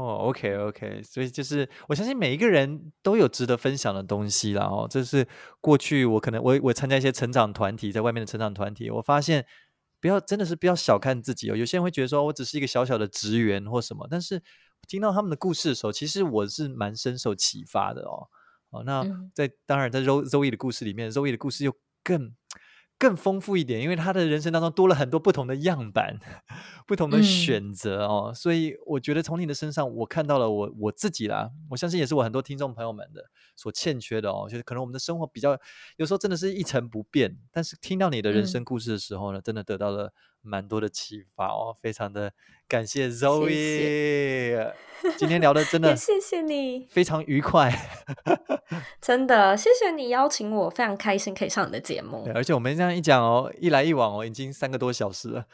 OK， 所以就是我相信每一个人都有值得分享的东西啦。这是过去我可能我参加一些成长团体，在外面的成长团体，我发现真的是不要小看自己哦。有些人会觉得说我只是一个小小的职员或什么，但是听到他们的故事的时候，其实我是蛮深受启发的哦。那当然在 Zoe 的故事里面 ，Zoe 的故事又更丰富一点，因为他的人生当中多了很多不同的样板，不同的选择哦，所以我觉得从你的身上，我看到了我自己啦，我相信也是我很多听众朋友们的所欠缺的哦，就是可能我们的生活比较有时候真的是一成不变，但是听到你的人生故事的时候呢，真的得到了蛮多的启发哦，非常的感谢 Zoe， 谢谢今天聊的真的也谢谢你， 非常愉快， 真的谢谢你邀请我，非常开心可以上你的节目。 而且我们这样一讲哦，一来一往哦，已经3个多小时了。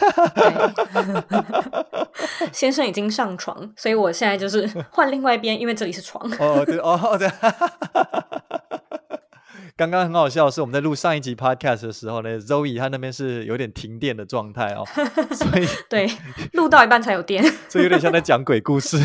对，先生已经上床，所以我现在就是换另外一边，因为这里是床。 对。刚刚很好笑的是，我们在录上一集 podcast 的时候呢 ，Zoe 她那边是有点停电的状态哦，所以对，录到一半才有电， 所以有点像在讲鬼故事。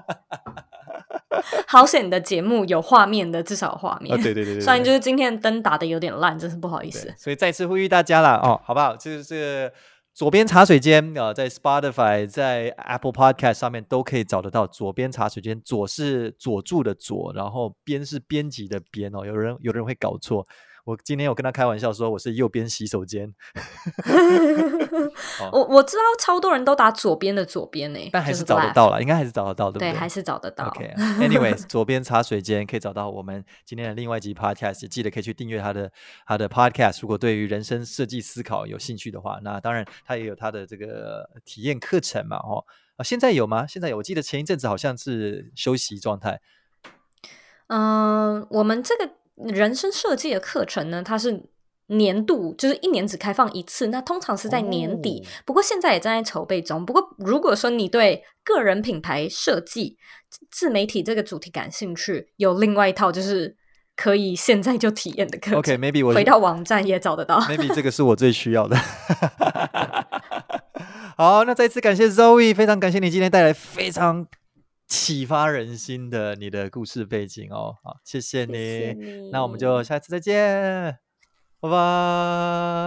好险你的节目有画面的，至少有画面。 对， 虽然就是今天的灯打的有点烂，真是不好意思。 所以再次呼吁大家啦，好不好？就是左边茶水间在 Spotify 在 Apple Podcast 上面都可以找得到左边茶水间，左是佐助的左，然后边是编辑的编哦，有人会搞错，我今天有跟他开玩笑说我是右边洗手间。 我知道超多人都打左边的左边欸， 但还是找得到啦，应该还是找得到，对不对？ 对，还是找得到。 Anyways， 左边茶水间可以找到我们今天的另外一集 podcast， 记得可以去订阅他的 podcast。如果对于人生设计思考有兴趣的话，那当然他也有他的这个体验课程嘛，现在有吗？现在有，我记得前一阵子好像是休息状态。 我们这个人生设计的课程呢，它是年度，就是1年只开放一次，那通常是在年底，不过现在也正在筹备中。不过如果说你对个人品牌设计、自媒体这个主题感兴趣，有另外一套就是可以现在就体验的课程。 OK，maybe 我回到网站也找得到。 Maybe 这个是我最需要的。好，那再次感谢 Zoe， 非常感谢你今天带来非常启发人心的你的故事背景哦。好，谢谢你。那我们就下次再见。拜拜。